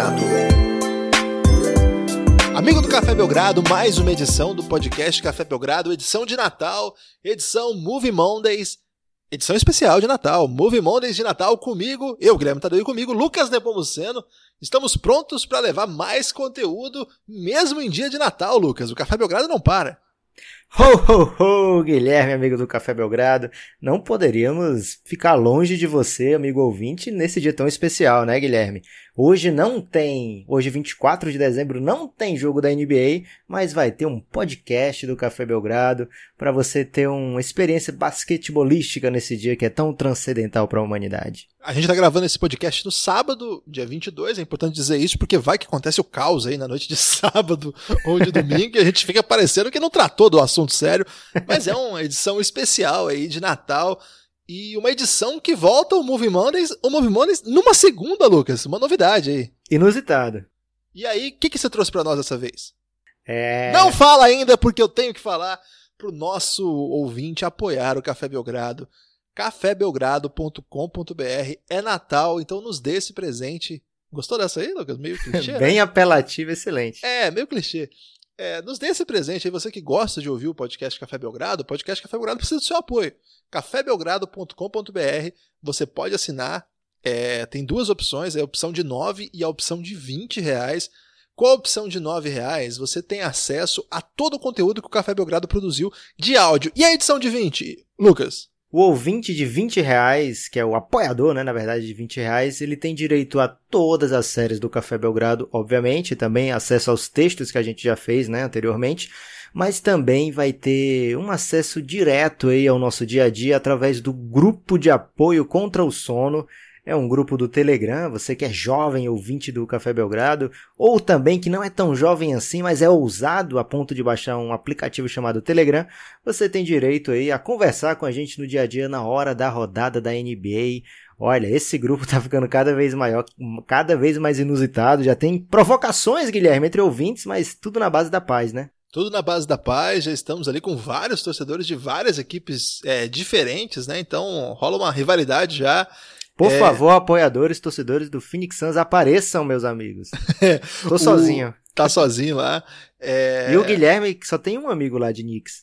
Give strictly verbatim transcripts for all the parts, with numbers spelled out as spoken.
Belgrado. Amigo do Café Belgrado, mais uma edição do podcast Café Belgrado, edição de Natal, edição Movie Mondays, edição especial de Natal, Movie Mondays de Natal comigo, eu, Guilherme Tadeu, e comigo, Lucas Nepomuceno. Estamos prontos para levar mais conteúdo, mesmo em dia de Natal, Lucas. O Café Belgrado não para. Ho, ho, ho, Guilherme, amigo do Café Belgrado. Não poderíamos ficar longe de você, amigo ouvinte, nesse dia tão especial, né, Guilherme? Hoje não tem, hoje vinte e quatro de dezembro, não tem jogo da N B A, mas vai ter um podcast do Café Belgrado para você ter uma experiência basquetebolística nesse dia que é tão transcendental para a humanidade. A gente tá gravando esse podcast no sábado, dia vinte e dois, é importante dizer isso, porque vai que acontece o caos aí na noite de sábado ou de domingo e a gente fica parecendo que não tratou do assunto sério, mas é uma edição especial aí de Natal e uma edição que volta o Movie Mondays, o Movie Mondays numa segunda, Lucas, uma novidade aí. Inusitado. E aí, o que, que você trouxe pra nós dessa vez? É... Não fala ainda, porque eu tenho que falar pro nosso ouvinte apoiar o Café Belgrado. café belgrado ponto com ponto b r. É Natal, então nos dê esse presente. Gostou dessa aí, Lucas? Meio clichê, Bem né? apelativo, excelente. É, meio clichê. É, nos dê esse presente aí, você que gosta de ouvir o podcast Café Belgrado, o podcast Café Belgrado precisa do seu apoio. café belgrado ponto com ponto b r, você pode assinar, é, tem duas opções, é a opção de nove e a opção de vinte reais. Com a opção de nove reais, você tem acesso a todo o conteúdo que o Café Belgrado produziu de áudio. E a edição de vinte, Lucas? O ouvinte de vinte reais, que é o apoiador, né, na verdade, de vinte reais, ele tem direito a todas as séries do Café Belgrado, obviamente, também acesso aos textos que a gente já fez, né, anteriormente, mas também vai ter um acesso direto aí ao nosso dia a dia através do grupo de apoio contra o sono. É um grupo do Telegram, você que é jovem ouvinte do Café Belgrado, ou também que não é tão jovem assim, mas é ousado a ponto de baixar um aplicativo chamado Telegram, você tem direito aí a conversar com a gente no dia a dia na hora da rodada da N B A. Olha, esse grupo tá ficando cada vez maior, cada vez mais inusitado, já tem provocações, Guilherme, entre ouvintes, mas tudo na base da paz, né? Tudo na base da paz, já estamos ali com vários torcedores de várias equipes é, diferentes, né? Então rola uma rivalidade já. Por é... favor, apoiadores, torcedores do Phoenix Suns, apareçam, meus amigos. Tô sozinho. O... Tá sozinho lá. É... E o Guilherme, que só tem um amigo lá de Knicks.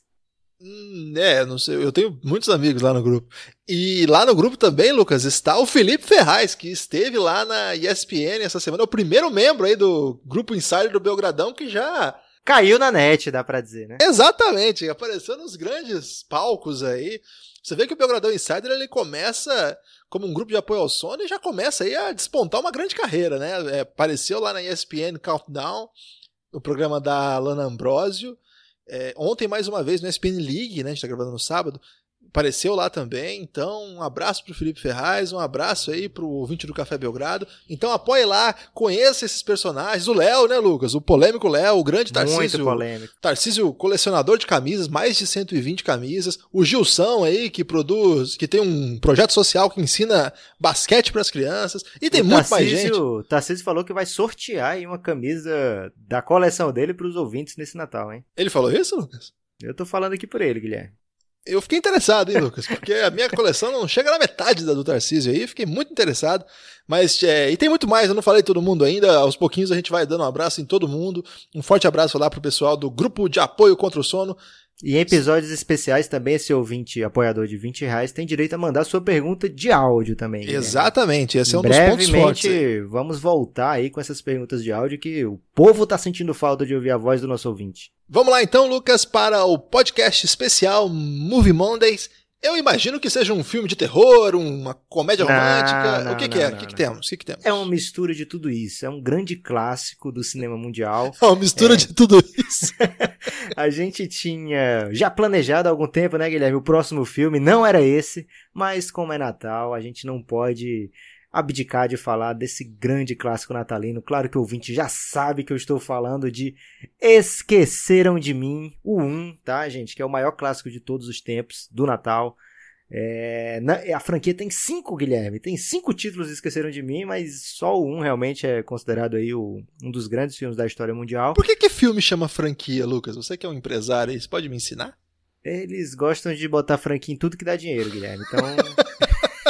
Hum, é, não sei, eu tenho muitos amigos lá no grupo. E lá no grupo também, Lucas, está o Felipe Ferraz, que esteve lá na E S P N essa semana. É o primeiro membro aí do grupo Insider do Belgradão que já... caiu na net, dá pra dizer, né? Exatamente, apareceu nos grandes palcos aí. Você vê que o Belgradão Insider, ele começa como um grupo de apoio ao sono e já começa aí a despontar uma grande carreira, né? É, apareceu lá na E S P N Countdown, o programa da Lana Ambrosio. É, ontem, mais uma vez, no E S P N League, né? A gente tá gravando no sábado. Apareceu lá também, então um abraço pro Felipe Ferraz, um abraço aí pro ouvinte do Café Belgrado. Então apoie lá, conheça esses personagens, o Léo, né, Lucas? O polêmico Léo, o grande Tarcísio. Muito polêmico. Tarcísio, colecionador de camisas, mais de cento e vinte camisas. O Gilson aí, que produz, que tem um projeto social que ensina basquete pras crianças. E tem o muito Tarcísio, mais gente. O Tarcísio falou que vai sortear aí uma camisa da coleção dele pros ouvintes nesse Natal, hein? Ele falou isso, Lucas? Eu tô falando aqui por ele, Guilherme. Eu fiquei interessado, hein, Lucas? Porque a minha coleção não chega na metade da do Tarcísio aí, fiquei muito interessado. Mas, é, e tem muito mais, eu não falei todo mundo ainda, aos pouquinhos a gente vai dando um abraço em todo mundo. Um forte abraço lá pro pessoal do grupo de apoio contra o sono. E em episódios especiais também, esse ouvinte apoiador de vinte reais tem direito a mandar sua pergunta de áudio também. Guilherme. Exatamente, esse é um dos pontos fortes. Brevemente, vamos voltar aí com essas perguntas de áudio que o povo tá sentindo falta de ouvir a voz do nosso ouvinte. Vamos lá então, Lucas, para o podcast especial Movie Mondays. Eu imagino que seja um filme de terror, uma comédia não, romântica. Não, o que, não, que é? Não, o que, que não. temos? O que, que temos? É uma mistura de tudo isso. É um grande clássico do cinema mundial. É uma mistura é... de tudo isso. A gente tinha já planejado há algum tempo, né, Guilherme? O próximo filme não era esse, mas como é Natal, a gente não pode abdicar de falar desse grande clássico natalino. Claro que o ouvinte já sabe que eu estou falando de Esqueceram de Mim, o um, tá, gente? Que é o maior clássico de todos os tempos do Natal. É, na, a franquia tem cinco, Guilherme, tem cinco títulos Esqueceram de Mim, mas só o um realmente é considerado aí o, um dos grandes filmes da história mundial. Por que que filme chama franquia, Lucas? Você que é um empresário aí, você pode me ensinar? Eles gostam de botar franquia em tudo que dá dinheiro, Guilherme, então...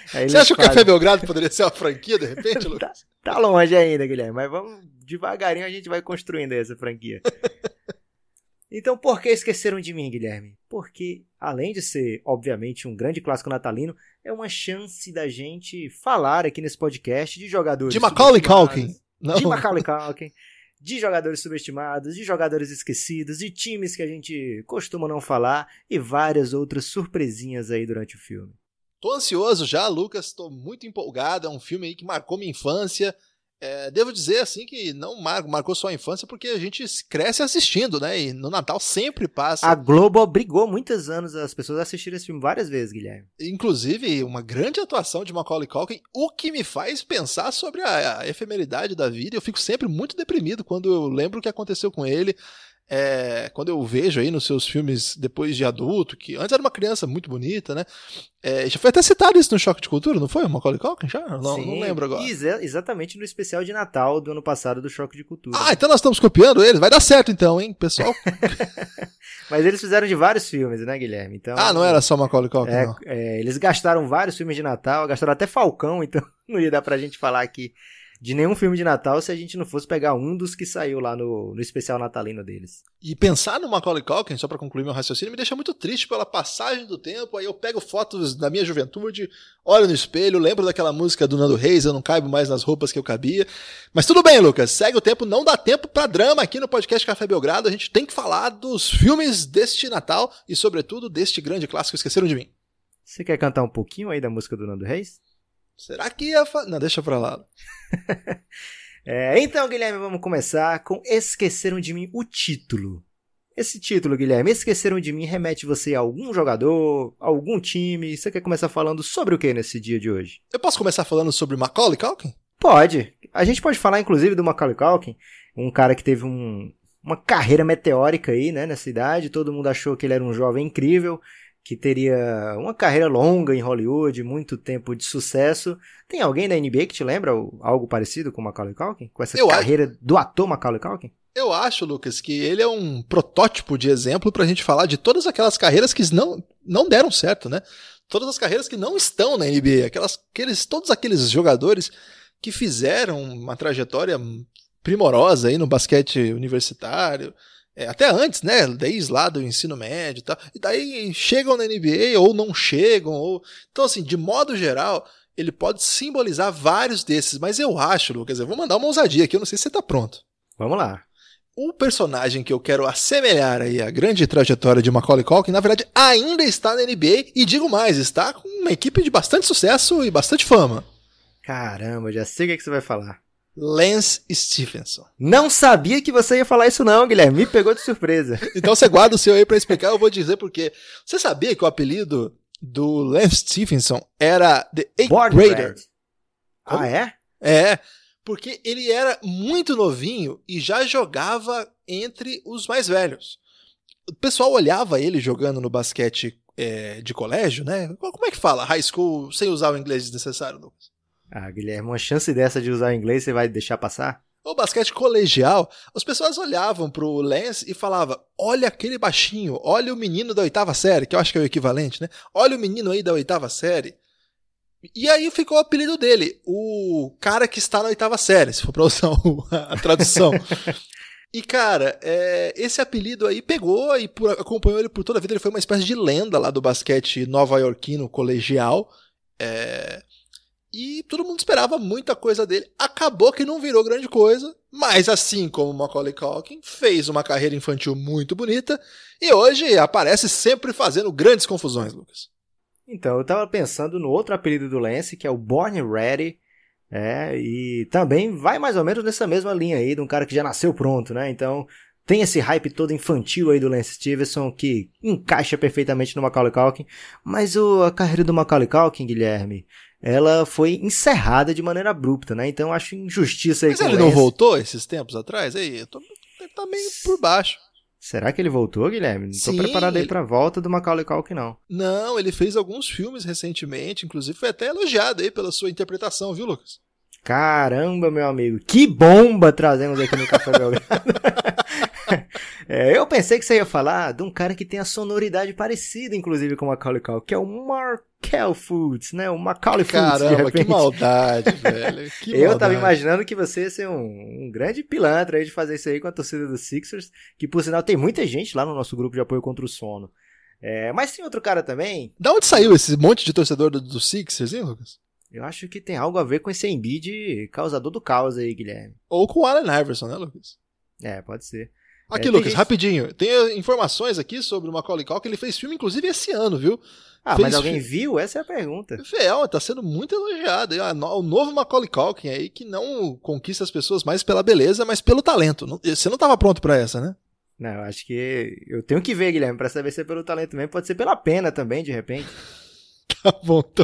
Você acha que o Café Belgrado poderia ser uma franquia, de repente, Lucas? Tá, tá longe ainda, Guilherme, mas vamos devagarinho, a gente vai construindo essa franquia. Então, por que Esqueceram de Mim, Guilherme? Porque, além de ser, obviamente, um grande clássico natalino, é uma chance da gente falar aqui nesse podcast de jogadores de Macaulay Culkin. Não. De Macaulay Culkin, de jogadores subestimados, de jogadores esquecidos, de times que a gente costuma não falar e várias outras surpresinhas aí durante o filme. Tô ansioso já, Lucas, tô muito empolgado, é um filme aí que marcou minha infância. É, devo dizer assim que não mar- marcou só a infância porque a gente cresce assistindo, né? E no Natal sempre passa. A Globo obrigou muitos anos as pessoas a assistirem esse filme várias vezes, Guilherme. Inclusive, uma grande atuação de Macaulay Culkin, o que me faz pensar sobre a, a efemeridade da vida. Eu fico sempre muito deprimido quando eu lembro o que aconteceu com ele. É, quando eu vejo aí nos seus filmes depois de adulto, que antes era uma criança muito bonita, né? É, já foi até citado isso no Choque de Cultura, não foi? O Macaulay Culkin já? Não, Sim, não lembro agora. Exa- exatamente no especial de Natal do ano passado do Choque de Cultura. Ah, então nós estamos copiando eles. Vai dar certo então, hein, pessoal? Mas eles fizeram de vários filmes, né, Guilherme? Então, ah, não era só Macaulay Culkin, é, não. É, eles gastaram vários filmes de Natal, gastaram até Falcão, então não ia dar pra gente falar aqui de nenhum filme de Natal se a gente não fosse pegar um dos que saiu lá no, no especial natalino deles. E pensar no Macaulay Culkin, só pra concluir meu raciocínio, me deixa muito triste pela passagem do tempo. Aí eu pego fotos da minha juventude, olho no espelho, lembro daquela música do Nando Reis, eu não caibo mais nas roupas que eu cabia. Mas tudo bem, Lucas, segue o tempo, não dá tempo pra drama aqui no podcast Café Belgrado. A gente tem que falar dos filmes deste Natal e, sobretudo, deste grande clássico Esqueceram de Mim. Você quer cantar um pouquinho aí da música do Nando Reis? Será que ia... Fa... Não, deixa pra lá. é, então, Guilherme, vamos começar com Esqueceram de Mim, o título. Esse título, Guilherme, Esqueceram de Mim, remete você a algum jogador, algum time? Você quer começar falando sobre o que nesse dia de hoje? Eu posso começar falando sobre Macaulay Culkin? Pode. A gente pode falar, inclusive, do Macaulay Culkin, um cara que teve um, uma carreira meteórica aí, né, nessa idade. Todo mundo achou que ele era um jovem incrível, que teria uma carreira longa em Hollywood, muito tempo de sucesso. Tem alguém da N B A que te lembra algo parecido com o Macaulay Culkin? Com essa Eu carreira acho... do ator Macaulay Culkin? Eu acho, Lucas, que ele é um protótipo de exemplo pra gente falar de todas aquelas carreiras que não, não deram certo, né? Todas as carreiras que não estão na N B A. Aquelas, aqueles, todos aqueles jogadores que fizeram uma trajetória primorosa aí no basquete universitário. É, até antes, né, desde lá do ensino médio e tal, e daí chegam na N B A ou não chegam, ou... então assim, de modo geral, ele pode simbolizar vários desses, mas eu acho, Lucas, eu vou mandar uma ousadia aqui, eu não sei se você tá pronto. Vamos lá. O personagem que eu quero assemelhar aí a grande trajetória de Macaulay Culkin, na verdade, ainda está na N B A, e digo mais, está com uma equipe de bastante sucesso e bastante fama. Caramba, já sei o que, é que você vai falar. Lance Stephenson. Não sabia que você ia falar isso não, Guilherme. Me pegou de surpresa. Então você guarda o seu aí pra explicar, eu vou dizer por quê. Você sabia que o apelido do Lance Stephenson era The Eighth Born Grader? Red. Ah, é? É, porque ele era muito novinho e já jogava entre os mais velhos. O pessoal olhava ele jogando no basquete é, de colégio, né? Como é que fala? High school, sem usar o inglês desnecessário, Lucas? Ah, Guilherme, uma chance dessa de usar o inglês você vai deixar passar? O basquete colegial, as pessoas olhavam pro Lance e falavam, olha aquele baixinho, olha o menino da oitava série, que eu acho que é o equivalente, né? Olha o menino aí da oitava série. E aí ficou o apelido dele, o cara que está na oitava série, se for pra usar a tradução. E, cara, é, esse apelido aí pegou e por, acompanhou ele por toda a vida. Ele foi uma espécie de lenda lá do basquete nova-iorquino colegial. É... E todo mundo esperava muita coisa dele. Acabou que não virou grande coisa, mas assim como o Macaulay Culkin, fez uma carreira infantil muito bonita e hoje aparece sempre fazendo grandes confusões, Lucas. Então, eu tava pensando no outro apelido do Lance, que é o Born Ready, é, e também vai mais ou menos nessa mesma linha aí, de um cara que já nasceu pronto, né? Então, tem esse hype todo infantil aí do Lance Stephenson, que encaixa perfeitamente no Macaulay Culkin, mas o, a carreira do Macaulay Culkin, Guilherme, ela foi encerrada de maneira abrupta, né? Então acho injustiça aí Mas com ele o não Lance. voltou esses tempos atrás? Aí, eu tô, ele tá meio por baixo. Será que ele voltou, Guilherme? Não tô Sim, preparado aí ele... pra volta do Macaulay Culkin, não. Não, ele fez alguns filmes recentemente, inclusive foi até elogiado aí pela sua interpretação, viu, Lucas? Caramba, meu amigo, que bomba trazemos aqui no Café Belgrado. É, eu pensei que você ia falar de um cara que tem a sonoridade parecida, inclusive, com o Macaulay Culkin, que é o Markel Fultz, né? O Macaulay Fultz. Caramba, que maldade, velho. Que eu maldade. tava imaginando que você ia ser um, um grande pilantra aí de fazer isso aí com a torcida dos Sixers, que por sinal tem muita gente lá no nosso grupo de apoio contra o sono. É, mas tem outro cara também. Da onde saiu esse monte de torcedor do, do Sixers, hein, Lucas? Eu acho que tem algo a ver com esse Embiid causador do caos aí, Guilherme. Ou com o Allen Iverson, né, Lucas? É, pode ser. Aqui, é, Lucas, gente... rapidinho. Tem informações aqui sobre o Macaulay Culkin. Ele fez filme, inclusive, esse ano, viu? Ah, fez mas alguém filme... viu? Essa é a pergunta. Fiel, tá sendo muito elogiado. O novo Macaulay Culkin aí que não conquista as pessoas mais pela beleza, mas pelo talento. Você não tava pronto pra essa, né? Não, eu acho que eu tenho que ver, Guilherme, pra saber se é pelo talento mesmo. Pode ser pela pena também, de repente. Tá bom, então.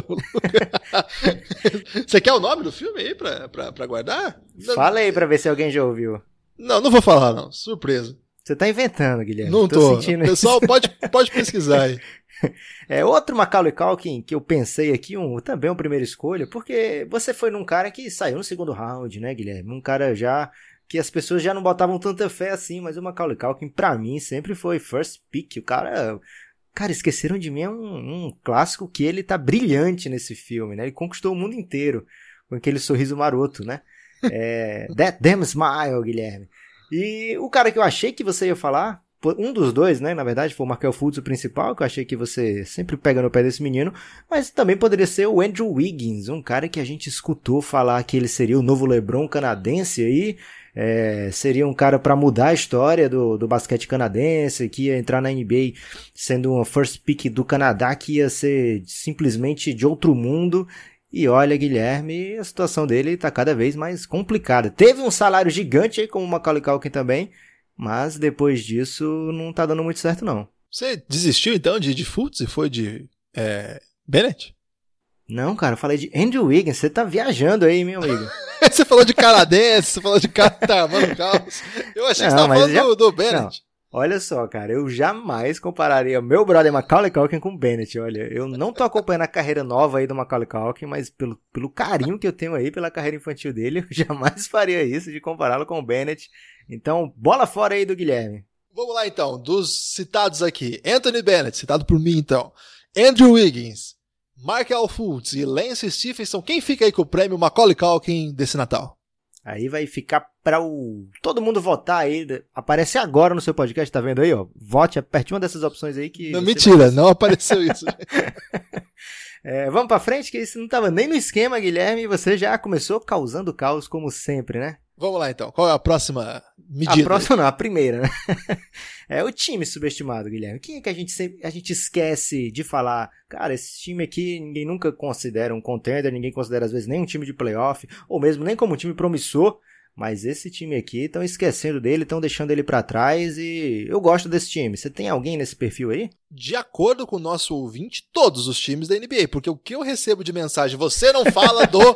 Você quer o nome do filme aí pra, pra, pra guardar? Fala aí pra ver se alguém já ouviu. Não, não vou falar, não. Surpresa. Você tá inventando, Guilherme. Não tô. tô. Sentindo Pessoal, pode, pode pesquisar aí. É outro Macaulay Culkin que eu pensei aqui, um, também uma primeira escolha, porque você foi num cara que saiu no segundo round, né, Guilherme? Um cara já que as pessoas já não botavam tanta fé assim, mas o Macaulay Culkin pra mim sempre foi first pick. O cara... Cara, Esqueceram de Mim é um, um clássico que ele tá brilhante nesse filme, né? Ele conquistou o mundo inteiro com aquele sorriso maroto, né? É, That Damn Smile, Guilherme. E o cara que eu achei que você ia falar, um dos dois, né? Na verdade, foi o Markel Fultz o principal, que eu achei que você sempre pega no pé desse menino, mas também poderia ser o Andrew Wiggins, um cara que a gente escutou falar que ele seria o novo LeBron canadense aí. É, seria um cara para mudar a história do, do basquete canadense, que ia entrar na N B A sendo uma first pick do Canadá, que ia ser simplesmente de outro mundo. E olha, Guilherme, a situação dele tá cada vez mais complicada. Teve um salário gigante aí, como o Macaulay Culkin também, mas depois disso não tá dando muito certo, não. Você desistiu então de, de Fultz e foi de é, Bennett? Não, cara, eu falei de Andrew Wiggins. Você tá viajando aí, meu amigo. Você falou de canadense, você falou de cara, mano, caos. Eu achei não, que você tava falando já... do, do Bennett. Não. Olha só, cara, eu jamais compararia meu brother Macaulay Culkin com o Bennett. Olha, eu não tô acompanhando a carreira nova aí do Macaulay Culkin, mas pelo, pelo carinho que eu tenho aí pela carreira infantil dele, eu jamais faria isso de compará-lo com o Bennett. Então, bola fora aí do Guilherme. Vamos lá então, dos citados aqui. Anthony Bennett, citado por mim então. Andrew Wiggins, Markel Fultz e Lance Stephenson. Quem fica aí com o prêmio Macaulay Culkin desse Natal? Aí vai ficar para o todo mundo votar aí. Aparece agora no seu podcast, tá vendo aí, ó? Vote, aperte uma dessas opções aí que... Não, mentira, vai... não apareceu isso. é, vamos pra frente, que isso não tava nem no esquema, Guilherme, e você já começou causando caos como sempre, né? Vamos lá então, qual é a próxima medida? A próxima não, a primeira, né? É o time subestimado, Guilherme. Quem é que a gente sempre, a gente esquece de falar? Cara, esse time aqui ninguém nunca considera um contender, ninguém considera às vezes nem um time de playoff, ou mesmo nem como um time promissor, mas esse time aqui estão esquecendo dele, estão deixando ele pra trás e eu gosto desse time. Você tem alguém nesse perfil aí? De acordo com o nosso ouvinte, todos os times da N B A, porque o que eu recebo de mensagem, você não fala do...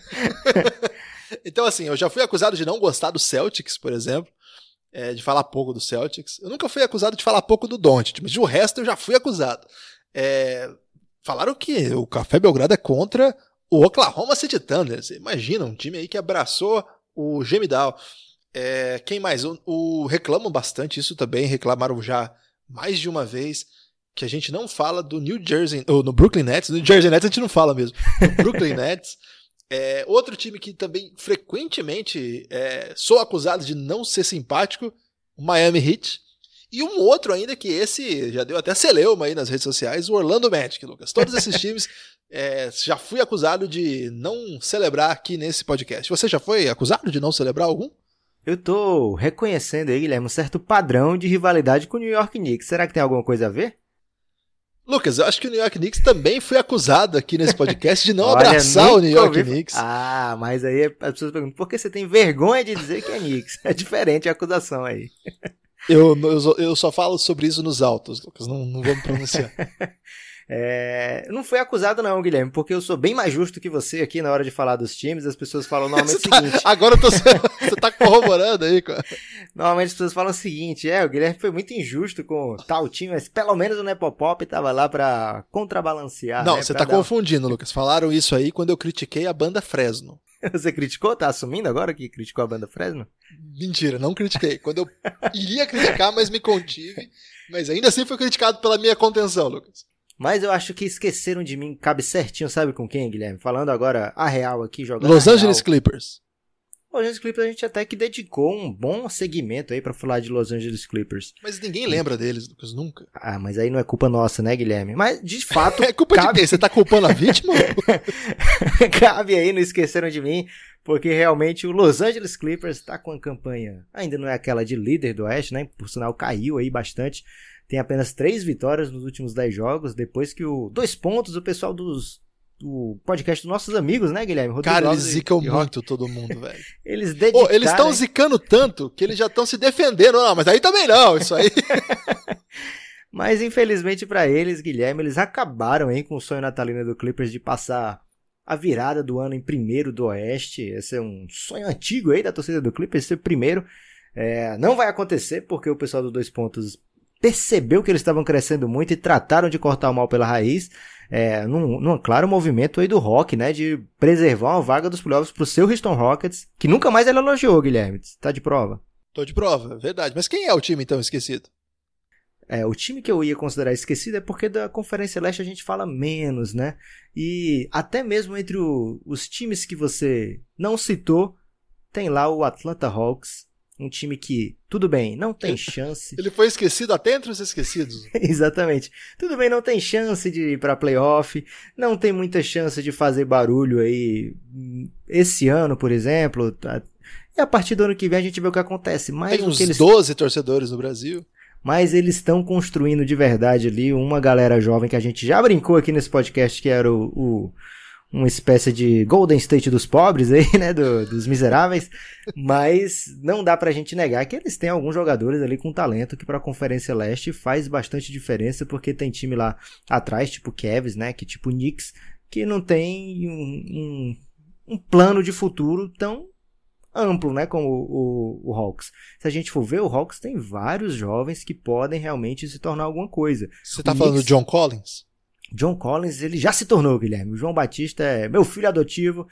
Então, assim, eu já fui acusado de não gostar do Celtics, por exemplo, é, de falar pouco do Celtics. Eu nunca fui acusado de falar pouco do Doncic, mas de o resto eu já fui acusado. É, falaram que o Café Belgrado é contra o Oklahoma City Thunder. Você imagina, um time aí que abraçou o Gemidal. É, quem mais? O, o, reclamam bastante isso também, reclamaram já mais de uma vez, que a gente não fala do New Jersey, ou no Brooklyn Nets. No New Jersey Nets a gente não fala mesmo. No Brooklyn Nets. É, outro time que também frequentemente é, sou acusado de não ser simpático, o Miami Heat. E um outro ainda que esse já deu até celeuma aí nas redes sociais, o Orlando Magic, Lucas. Todos esses times é, já fui acusado de não celebrar aqui nesse podcast. Você já foi acusado de não celebrar algum? Eu tô reconhecendo aí, Guilherme, um certo padrão de rivalidade com o New York Knicks. Será que tem alguma coisa a ver? Lucas, eu acho que o New York Knicks também foi acusado aqui nesse podcast de não Olha, abraçar o New York ouvi... Knicks. Ah, mas aí as pessoas perguntam, por que você tem vergonha de dizer que é Knicks? É diferente a acusação aí. Eu, eu, eu só falo sobre isso nos autos, Lucas, não, não vou me pronunciar. É, não foi acusado não, Guilherme, porque eu sou bem mais justo que você aqui na hora de falar dos times. As pessoas falam normalmente o tá, seguinte... Agora eu tô, você tá corroborando aí, cara. Normalmente as pessoas falam o seguinte, é, o Guilherme foi muito injusto com tal time, mas pelo menos o Nepopop tava lá pra contrabalancear. Não, né, você pra tá dar... confundindo, Lucas. Falaram isso aí quando eu critiquei a banda Fresno. Você criticou? Tá assumindo agora que criticou a banda Fresno? Mentira, não critiquei. Quando eu iria criticar, mas me contive. Mas ainda assim foi criticado pela minha contenção, Lucas. Mas eu acho que esqueceram de mim, cabe certinho, sabe com quem, Guilherme? Falando agora a real aqui, jogando Los Angeles real. Clippers. Los Angeles Clippers a gente até que dedicou um bom segmento aí pra falar de Los Angeles Clippers. Mas ninguém lembra deles, Lucas, nunca. Ah, mas aí não é culpa nossa, né, Guilherme? Mas, de fato... É culpa cabe... de quem? Você tá culpando a vítima? Cabe aí, não esqueceram de mim, porque realmente o Los Angeles Clippers tá com a campanha, ainda não é aquela de líder do Oeste, né? Por sinal, caiu aí bastante. Tem apenas três vitórias nos últimos dez jogos, depois que o... Dois pontos, o pessoal dos... o podcast dos nossos amigos, né, Guilherme? Rodrigo Cara, eles Alves zicam e, e muito todo mundo, velho. Eles dedicaram... Oh, eles estão zicando tanto que eles já estão se defendendo. Não, mas aí também não, isso aí... Mas infelizmente pra eles, Guilherme, eles acabaram aí com o sonho natalino do Clippers de passar a virada do ano em primeiro do Oeste. Esse é um sonho antigo aí da torcida do Clippers, ser primeiro. É, não vai acontecer porque o pessoal dos dois pontos percebeu que eles estavam crescendo muito e trataram de cortar o mal pela raiz. É, num, num claro movimento aí do Rock, né, de preservar uma vaga dos playoffs pro seu Houston Rockets, que nunca mais ele elogiou, Guilherme. Tá de prova? Tô de prova, verdade. Mas quem é o time então esquecido? É, o time que eu ia considerar esquecido é porque da Conferência Leste a gente fala menos, né? E até mesmo entre o, os times que você não citou, tem lá o Atlanta Hawks, um time que, tudo bem, não tem chance. Ele foi esquecido até entre os esquecidos. Exatamente. Tudo bem, não tem chance de ir pra playoff, não tem muita chance de fazer barulho aí esse ano, por exemplo. E a partir do ano que vem a gente vê o que acontece. Mais tem uns que eles... doze torcedores no Brasil. Mas eles estão construindo de verdade ali uma galera jovem que a gente já brincou aqui nesse podcast, que era o, o, uma espécie de Golden State dos pobres aí, né, do, dos miseráveis, mas não dá pra gente negar que eles têm alguns jogadores ali com talento que pra Conferência Leste faz bastante diferença, porque tem time lá atrás, tipo Cavs, né, que tipo Knicks, que não tem um, um, um plano de futuro tão amplo, né, como o, o, o Hawks. Se a gente for ver, o Hawks tem vários jovens que podem realmente se tornar alguma coisa. Você tá o falando Knicks, do John Collins? John Collins, ele já se tornou, Guilherme. O João Batista é meu filho adotivo,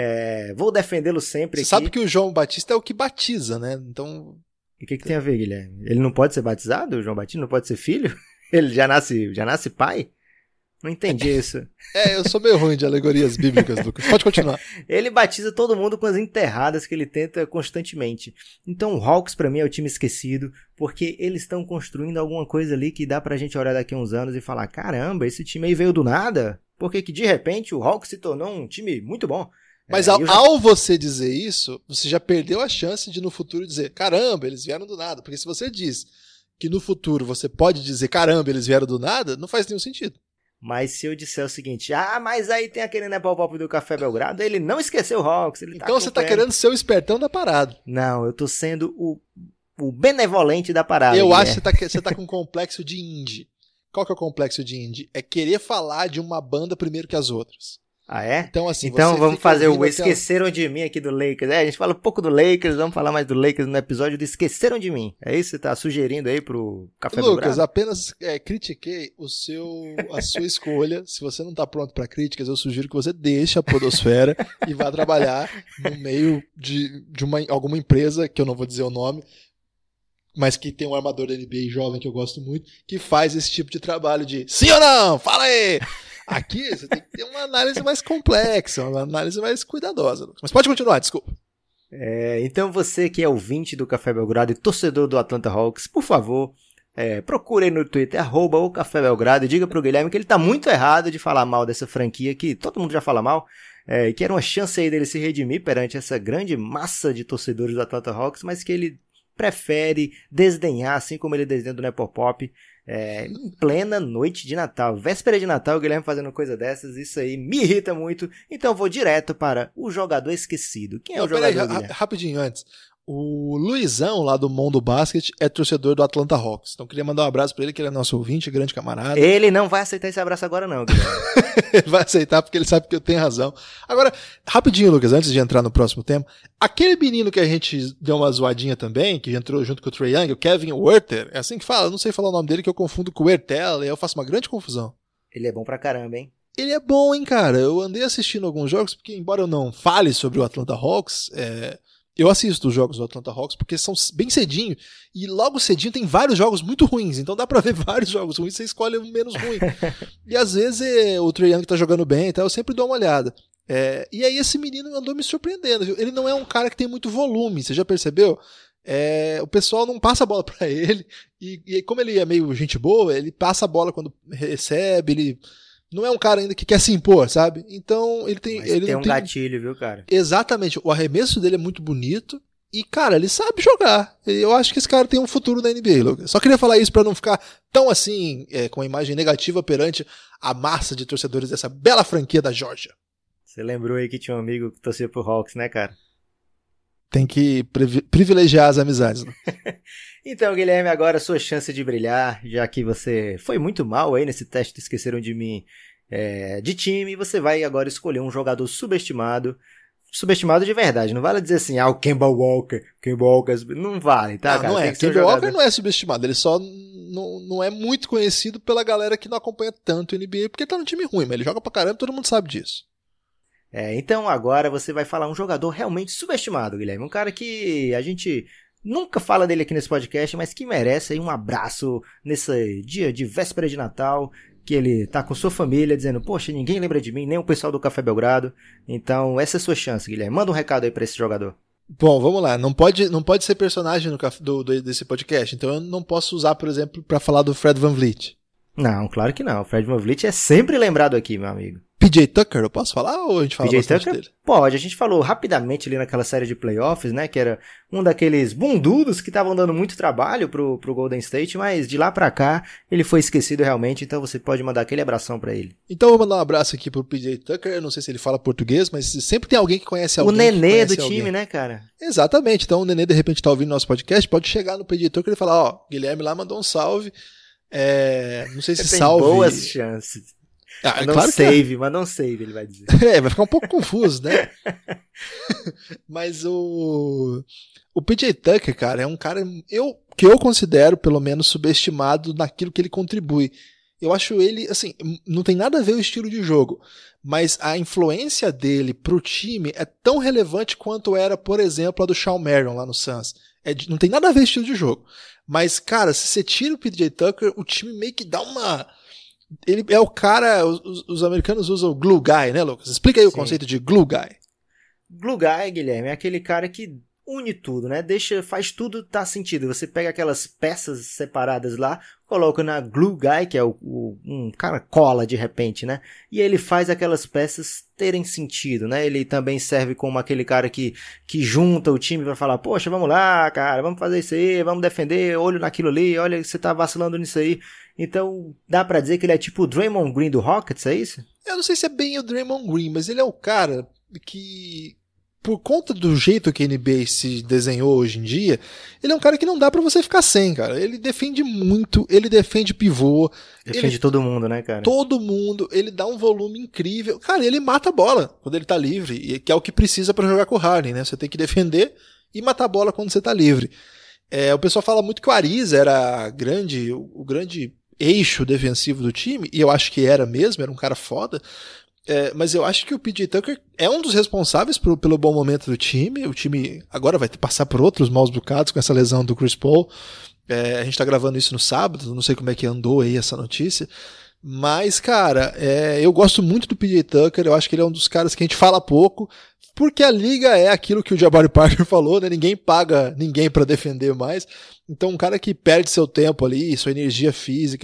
é, vou defendê-lo sempre Você aqui. sabe que o João Batista é o que batiza, né? Então... E o que, que tem a ver, Guilherme? Ele não pode ser batizado, o João Batista? Não pode ser filho? Ele já nasce, já nasce pai? Não entendi isso. É, eu sou meio ruim de alegorias bíblicas, Lucas. Pode continuar. Ele batiza todo mundo com as enterradas que ele tenta constantemente. Então o Hawks pra mim é o time esquecido, porque eles estão construindo alguma coisa ali que dá pra gente olhar daqui a uns anos e falar, caramba, esse time aí veio do nada? Porque que de repente o Hawks se tornou um time muito bom. Mas é, ao, já... ao você dizer isso, você já perdeu a chance de no futuro dizer, caramba, eles vieram do nada. Porque se você diz que no futuro você pode dizer, caramba, eles vieram do nada, não faz nenhum sentido. Mas se eu disser o seguinte, ah, mas aí tem aquele Nepopop do Café Belgrado, ele não esqueceu o Hawks. Ele então tá você tá querendo ser o espertão da parada. Não, eu tô sendo o, o benevolente da parada. Eu Guilherme. acho que você tá, você tá com um complexo de indie. Qual que é o complexo de indie? É querer falar de uma banda primeiro que as outras. Ah, é? Então, assim, então vamos fazer o aquela... Esqueceram de Mim aqui do Lakers. É, a gente fala um pouco do Lakers, vamos falar mais do Lakers no episódio do Esqueceram de Mim. É isso que você tá sugerindo aí pro Café Lucas, Belgrado? apenas é, critiquei o seu, a sua escolha. Se você não tá pronto para críticas, eu sugiro que você deixe a podosfera e vá trabalhar no meio de, de uma, alguma empresa, que eu não vou dizer o nome, mas que tem um armador da N B A jovem que eu gosto muito, que faz esse tipo de trabalho de sim ou não? Fala aí! Aqui você tem que ter uma análise mais complexa, uma análise mais cuidadosa. Lucas. Mas pode continuar, desculpa. É, então você que é ouvinte do Café Belgrado e torcedor do Atlanta Hawks, por favor, é, procure aí no Twitter, arroba o Café Belgrado, e diga pro Guilherme que ele tá muito errado de falar mal dessa franquia, que todo mundo já fala mal, é, e que era uma chance aí dele se redimir perante essa grande massa de torcedores do Atlanta Hawks, mas que ele prefere desdenhar, assim como ele desdenha do Nepopop, é, em plena noite de Natal, véspera de Natal, o Guilherme fazendo coisa dessas, isso aí me irrita muito, então vou direto para o jogador esquecido. Quem é Não, o jogador, peraí, Guilherme? rapidinho antes. O Luizão, lá do Mundo Basket, é torcedor do Atlanta Hawks. Então queria mandar um abraço pra ele, que ele é nosso ouvinte, grande camarada. Ele não vai aceitar esse abraço agora não, Guilherme. Ele vai aceitar porque ele sabe que eu tenho razão. Agora, rapidinho, Lucas, antes de entrar no próximo tema, aquele menino que a gente deu uma zoadinha também, que entrou junto com o Trae Young, o Kevin Huerter, é assim que fala, eu não sei falar o nome dele, que eu confundo com o Huertel, e eu faço uma grande confusão. Ele é bom pra caramba, hein? Ele é bom, hein, cara? Eu andei assistindo alguns jogos, porque embora eu não fale sobre o Atlanta Hawks, é... eu assisto os jogos do Atlanta Hawks porque são bem cedinho, e logo cedinho tem vários jogos muito ruins, então dá pra ver vários jogos ruins, você escolhe o menos ruim. E às vezes é, o Trae Young tá jogando bem, então eu sempre dou uma olhada. É... E aí esse menino andou me surpreendendo, viu? Ele não é um cara que tem muito volume, você já percebeu? É... O pessoal não passa a bola pra ele, e, e como ele é meio gente boa, ele passa a bola quando recebe, ele... Não é um cara ainda que quer se impor, sabe? Então, ele tem... Mas ele tem não um tem... gatilho, viu, cara? Exatamente. O arremesso dele é muito bonito. E, cara, ele sabe jogar. Eu acho que esse cara tem um futuro na N B A, Lucas. Só queria falar isso pra não ficar tão assim, é, com a imagem negativa perante a massa de torcedores dessa bela franquia da Geórgia. Você lembrou aí que tinha um amigo que torcia pro Hawks, né, cara? Tem que privi- privilegiar as amizades, né? Então, Guilherme, agora a sua chance de brilhar, já que você foi muito mal aí nesse teste, esqueceram de mim, é, de time, você vai agora escolher um jogador subestimado, subestimado de verdade, não vale dizer assim, ah, o Kemba Walker, Kemba Walker, não vale, tá, Não, cara? não é. Tem que ser um Kemba Walker jogador... não é subestimado, ele só não, não é muito conhecido pela galera que não acompanha tanto o N B A, porque ele tá no time ruim, mas ele joga pra caramba, todo mundo sabe disso. É, então agora você vai falar um jogador realmente subestimado, Guilherme, um cara que a gente... nunca fala dele aqui nesse podcast, mas que merece aí um abraço nesse dia de véspera de Natal, que ele tá com sua família dizendo, poxa, ninguém lembra de mim, nem o pessoal do Café Belgrado. Então essa é a sua chance, Guilherme. Manda um recado aí pra esse jogador. Bom, vamos lá. Não pode, não pode ser personagem no, do, do, desse podcast, então eu não posso usar, por exemplo, pra falar do Fred VanVleet. Não, claro que não. O Fred VanVleet é sempre lembrado aqui, meu amigo. P J Tucker, eu posso falar ou a gente fala P J bastante Tucker? dele? Pode, a gente falou rapidamente ali naquela série de playoffs, né, que era um daqueles bundudos que estavam dando muito trabalho pro, pro Golden State, mas de lá pra cá ele foi esquecido realmente, então você pode mandar aquele abração pra ele. Então eu vou mandar um abraço aqui pro P J Tucker, eu não sei se ele fala português, mas sempre tem alguém que conhece alguém. O Nenê do alguém. time, né, cara? Exatamente, então o Nenê de repente tá ouvindo nosso podcast, pode chegar no P J Tucker e falar, ó, Guilherme lá mandou um salve, é, não sei se Tem salve... boas chances. Ah, não claro save, que é. mas não save, ele vai dizer. É, vai ficar um pouco confuso, né? Mas o o P J Tucker, cara, é um cara eu, que eu considero, pelo menos, subestimado naquilo que ele contribui. Eu acho ele, assim, não tem nada a ver o estilo de jogo, mas a influência dele pro time é tão relevante quanto era, por exemplo, a do Shawn Marion lá no Suns. É, não tem nada a ver o estilo de jogo. Mas, cara, se você tira o P J Tucker, o time meio que dá uma... Ele é o cara, os, os americanos usam o glue guy, né, Lucas? Explica aí o Sim. conceito de glue guy. Glue guy, Guilherme, é aquele cara que une tudo, né? Deixa, faz tudo tá sentido. Você pega aquelas peças separadas lá, coloca na glue guy, que é o, o um cara cola de repente, né? E ele faz aquelas peças terem sentido, né? Ele também serve como aquele cara que, que junta o time pra falar, poxa, vamos lá, cara, vamos fazer isso aí, vamos defender, olho naquilo ali, olha, você tá vacilando nisso aí. Então, dá pra dizer que ele é tipo o Draymond Green do Rockets, é isso? Eu não sei se é bem o Draymond Green, mas ele é o cara que, por conta do jeito que a N B A se desenhou hoje em dia, ele é um cara que não dá pra você ficar sem, cara. Ele defende muito, ele defende pivô. Defende ele, todo mundo, né, cara? Todo mundo, ele dá um volume incrível. Cara, ele mata a bola quando ele tá livre, que é o que precisa pra jogar com o Harden, né? Você tem que defender e matar a bola quando você tá livre. É, o pessoal fala muito que o Ariza era grande, o, o grande eixo defensivo do time, e eu acho que era mesmo, era um cara foda, é, mas eu acho que o P J Tucker é um dos responsáveis pro, pelo bom momento do time. O time agora vai ter que passar por outros maus bocados com essa lesão do Chris Paul. É, a gente tá gravando isso no sábado, não sei como é que andou aí essa notícia, mas, cara, é, eu gosto muito do P J Tucker, eu acho que ele é um dos caras que a gente fala pouco, porque a liga é aquilo que o Jabari Parker falou, né? Ninguém paga ninguém pra defender mais. Então um cara que perde seu tempo ali, sua energia física,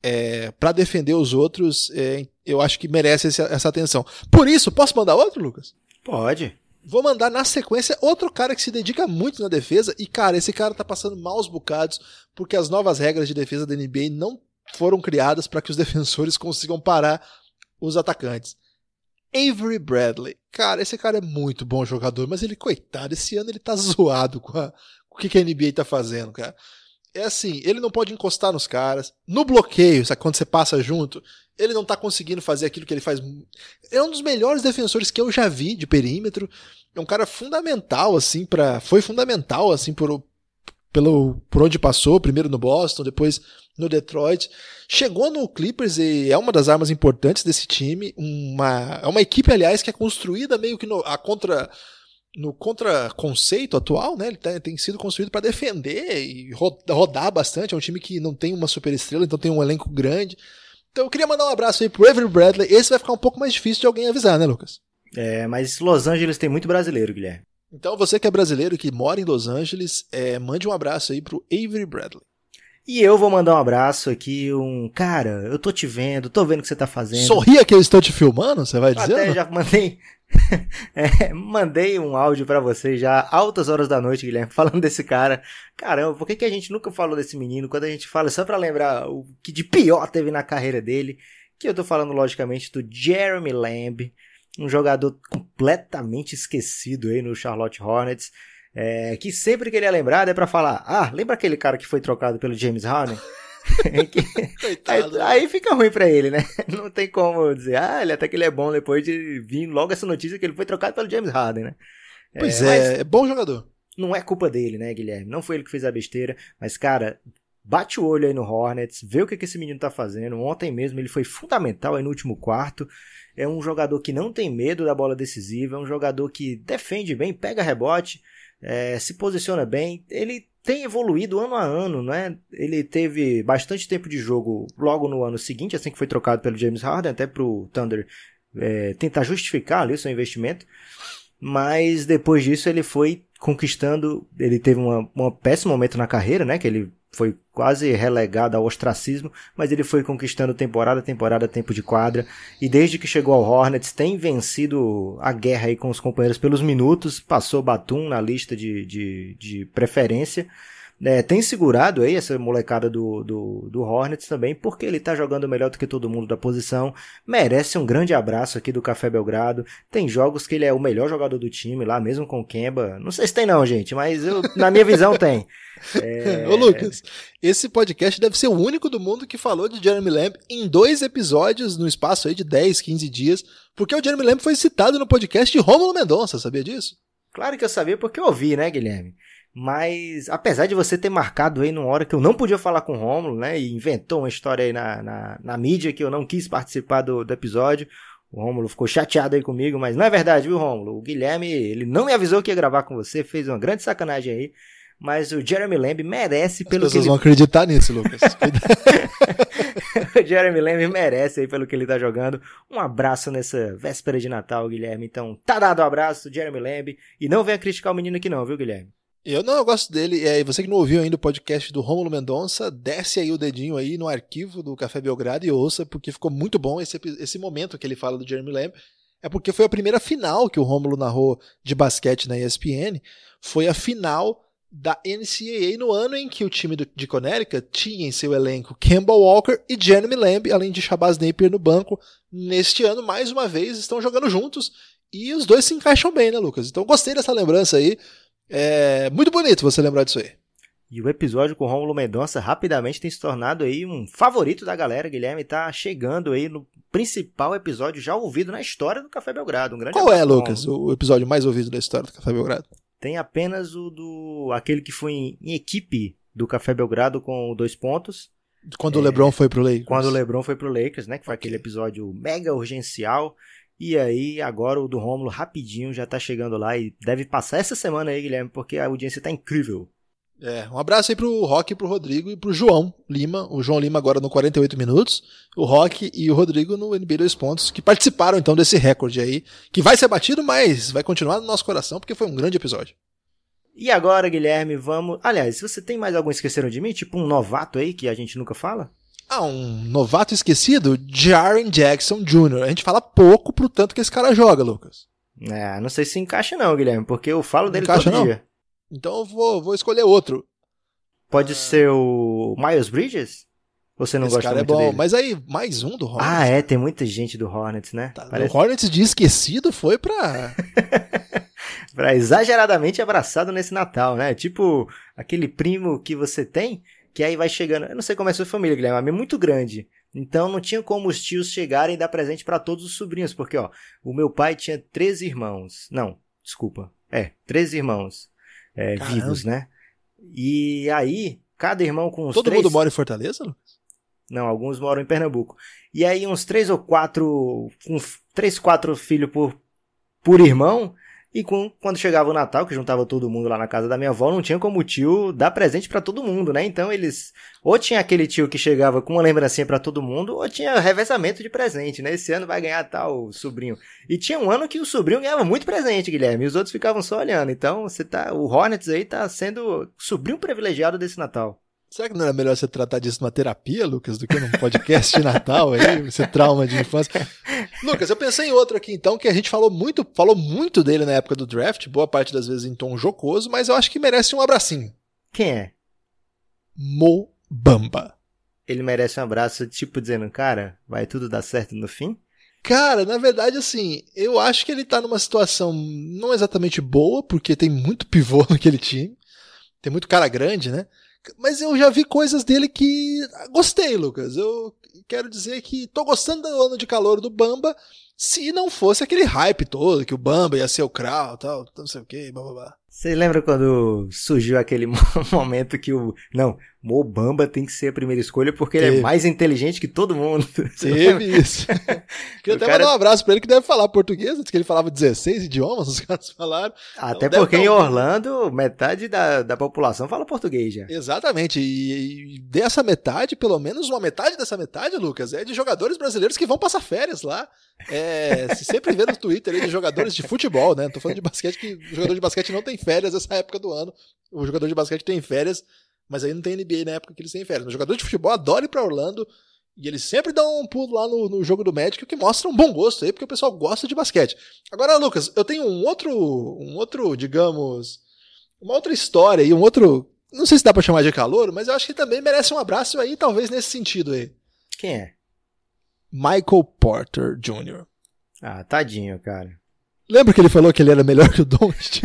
é, para defender os outros, é, eu acho que merece essa, essa atenção. Por isso, posso mandar outro, Lucas? Pode. Vou mandar na sequência outro cara que se dedica muito na defesa, e cara, esse cara tá passando maus bocados, porque as novas regras de defesa da N B A não foram criadas para que os defensores consigam parar os atacantes. Avery Bradley. Cara, esse cara é muito bom jogador, mas ele, coitado, esse ano ele tá zoado com, a, com o que, que a N B A tá fazendo, cara. É assim, ele não pode encostar nos caras. No bloqueio, sabe, quando você passa junto, ele não tá conseguindo fazer aquilo que ele faz. É um dos melhores defensores que eu já vi de perímetro. É um cara fundamental, assim, para foi fundamental, assim, por, pelo, por onde passou, primeiro no Boston, depois no Detroit. Chegou no Clippers e é uma das armas importantes desse time. Uma, é uma equipe, aliás, que é construída meio que no, a contra, no contra-conceito atual, né? Ele tá, tem sido construído para defender e rodar bastante. É um time que não tem uma superestrela, então tem um elenco grande. Então eu queria mandar um abraço aí pro Avery Bradley. Esse vai ficar um pouco mais difícil de alguém avisar, né, Lucas? É, mas Los Angeles tem muito brasileiro, Guilherme. Então você que é brasileiro e que mora em Los Angeles, é, mande um abraço aí pro Avery Bradley. E eu vou mandar um abraço aqui, um... Cara, eu tô te vendo, tô vendo o que você tá fazendo. Sorria que eu estou te filmando, você vai dizer? Até já mandei... é, mandei um áudio pra você já, altas horas da noite, Guilherme, falando desse cara. Caramba, por que, que a gente nunca falou desse menino? Quando a gente fala, só pra lembrar o que de pior teve na carreira dele, que eu tô falando, logicamente, do Jeremy Lamb, um jogador completamente esquecido aí no Charlotte Hornets. É, que sempre que ele é lembrado é pra falar, ah, lembra aquele cara que foi trocado pelo James Harden? Coitado, aí, aí fica ruim pra ele, né? Não tem como dizer, ah, ele, até que ele é bom depois de vir logo essa notícia que ele foi trocado pelo James Harden, né? Pois é, é, é bom jogador. Não é culpa dele, né, Guilherme? Não foi ele que fez a besteira, mas, cara, bate o olho aí no Hornets, vê o que, que esse menino tá fazendo. Ontem mesmo ele foi fundamental aí no último quarto. É um jogador que não tem medo da bola decisiva, é um jogador que defende bem, pega rebote, É, se posiciona bem. Ele tem evoluído ano a ano, né? Ele teve bastante tempo de jogo logo no ano seguinte, assim que foi trocado pelo James Harden, até pro Thunder é, tentar justificar ali o seu investimento, mas depois disso ele foi conquistando. Ele teve uma, um péssimo momento na carreira, né? Que ele foi quase relegado ao ostracismo, mas ele foi conquistando temporada a temporada, tempo de quadra, e desde que chegou ao Hornets tem vencido a guerra aí com os companheiros pelos minutos, passou Batum na lista de, de, de preferência, é, tem segurado aí essa molecada do, do, do Hornets também, porque ele tá jogando melhor do que todo mundo da posição, merece um grande abraço aqui do Café Belgrado. Tem jogos que ele é o melhor jogador do time lá, mesmo com o Kemba, não sei se tem não, gente, mas eu, na minha visão tem. É... Ô Lucas, esse podcast deve ser o único do mundo que falou de Jeremy Lamb em dois episódios no espaço aí de dez, quinze dias, porque o Jeremy Lamb foi citado no podcast de Rômulo Mendonça, sabia disso? Claro que eu sabia porque eu ouvi, né, Guilherme? Mas, apesar de você ter marcado aí numa hora que eu não podia falar com o Rômulo, né, e inventou uma história aí na, na, na mídia que eu não quis participar do, do episódio, o Rômulo ficou chateado aí comigo, mas não é verdade, viu, Rômulo? O Guilherme, ele não me avisou que ia gravar com você, fez uma grande sacanagem aí, mas o Jeremy Lamb merece pelo As que pessoas ele... vão acreditar nisso, Lucas. O Jeremy Lamb merece aí pelo que ele tá jogando. Um abraço nessa véspera de Natal, Guilherme. Então, tá dado um abraço, Jeremy Lamb, e não venha criticar o menino aqui não, viu, Guilherme? Eu não, eu gosto dele. E você que não ouviu ainda o podcast do Rômulo Mendonça, desce aí o dedinho aí no arquivo do Café Belgrado e ouça, porque ficou muito bom esse, esse momento que ele fala do Jeremy Lamb. É porque foi a primeira final que o Rômulo narrou de basquete na E S P N. Foi a final da N C A A no ano em que o time do, de Connecticut tinha em seu elenco Kemba Walker e Jeremy Lamb, além de Shabazz Napier no banco. Neste ano, mais uma vez, estão jogando juntos e os dois se encaixam bem, né, Lucas? Então gostei dessa lembrança aí. É muito bonito você lembrar disso aí. E o episódio com o Rômulo Mendonça rapidamente tem se tornado aí um favorito da galera. Guilherme tá chegando aí no principal episódio já ouvido na história do Café Belgrado. Um grande Qual é, abraço, Lucas, o episódio mais ouvido da história do Café Belgrado? Tem apenas o do... aquele que foi em, em equipe do Café Belgrado com dois pontos. Quando é, o LeBron foi pro Lakers. Quando o LeBron foi pro Lakers, né? Que foi aquele episódio mega urgencial. E aí, agora o do Rômulo rapidinho já tá chegando lá e deve passar essa semana aí, Guilherme, porque a audiência tá incrível. É, um abraço aí pro Rock, pro Rodrigo e pro João Lima. O João Lima agora no quarenta e oito minutos, o Rock e o Rodrigo no N B A dois pontos, que participaram então desse recorde aí, que vai ser batido, mas vai continuar no nosso coração, porque foi um grande episódio. E agora, Guilherme, vamos... Aliás, se você tem mais algum esqueceram de mim, tipo um novato aí que a gente nunca fala? Ah, um novato esquecido? Jaren Jackson Júnior A gente fala pouco pro tanto que esse cara joga, Lucas. É, não sei se encaixa não, Guilherme, porque eu falo dele encaixa, todo não? dia. Então eu vou, vou escolher outro. Pode ah. ser o Miles Bridges? Você não Esse gosta cara é muito bom, dele? mas aí, mais um do Hornets. Ah, é, tem muita gente do Hornets, né? Tá, Parece... O Hornets de esquecido foi pra... pra exageradamente abraçado nesse Natal, né? Tipo aquele primo que você tem, que aí vai chegando... Eu não sei como é a sua família, Guilherme, mas é muito grande. Então não tinha como os tios chegarem e dar presente pra todos os sobrinhos, porque, ó, o meu pai tinha treze irmãos. Não, desculpa. É, treze irmãos é, vivos, né? E aí, cada irmão com uns Todo três... mundo mora em Fortaleza, Lucas? Não, alguns moram em Pernambuco. E aí uns três ou quatro, um, três, quatro filhos por, por irmão. E com, quando chegava o Natal, que juntava todo mundo lá na casa da minha avó, não tinha como o tio dar presente pra todo mundo, né? Então eles, ou tinha aquele tio que chegava com uma lembrancinha pra todo mundo, ou tinha revezamento de presente, né? Esse ano vai ganhar tal sobrinho. E tinha um ano que o sobrinho ganhava muito presente, Guilherme, e os outros ficavam só olhando. Então você tá, o Hornets aí tá sendo sobrinho privilegiado desse Natal. Será que não era melhor você tratar disso numa terapia, Lucas, do que num podcast de Natal aí, esse trauma de infância? Lucas, eu pensei em outro aqui então, que a gente falou muito, falou muito dele na época do draft, boa parte das vezes em tom jocoso, mas eu acho que merece um abracinho. Quem é? Mo Bamba. Ele merece um abraço, tipo dizendo, cara, vai tudo dar certo no fim? Cara, na verdade, assim, eu acho que ele tá numa situação não exatamente boa, porque tem muito pivô naquele time, tem muito cara grande, né? Mas eu já vi coisas dele que gostei, Lucas. Eu quero dizer que tô gostando do ano de calor do Bamba, se não fosse aquele hype todo, que o Bamba ia ser o Krau, tal, não sei o que, blá blá blá. Você lembra quando surgiu aquele momento que o... Não, Mo Bamba tem que ser a primeira escolha porque Teve. Ele é mais inteligente que todo mundo. Teve isso. Queria até cara... mandar um abraço pra ele que deve falar português, antes que ele falava dezesseis idiomas, os caras falaram. Até então, porque em Orlando, metade da, da população fala português já. Exatamente, e, e dessa metade, pelo menos uma metade dessa metade, Lucas, é de jogadores brasileiros que vão passar férias lá. É, se sempre vê no Twitter aí de jogadores de futebol, né? Não tô falando de basquete, que o jogador de basquete não tem férias nessa época do ano. O jogador de basquete tem férias, mas aí não tem N B A na época que eles têm férias. Mas o jogador de futebol adora ir pra Orlando e eles sempre dão um pulo lá no, no jogo do Magic, o que mostra um bom gosto aí, porque o pessoal gosta de basquete. Agora, Lucas, eu tenho um outro, um outro, digamos, uma outra história aí, um outro, não sei se dá pra chamar de calor, mas eu acho que também merece um abraço aí, talvez nesse sentido aí. Quem é? Michael Porter Júnior Ah, tadinho, cara. Lembra que ele falou que ele era melhor que o Doncic?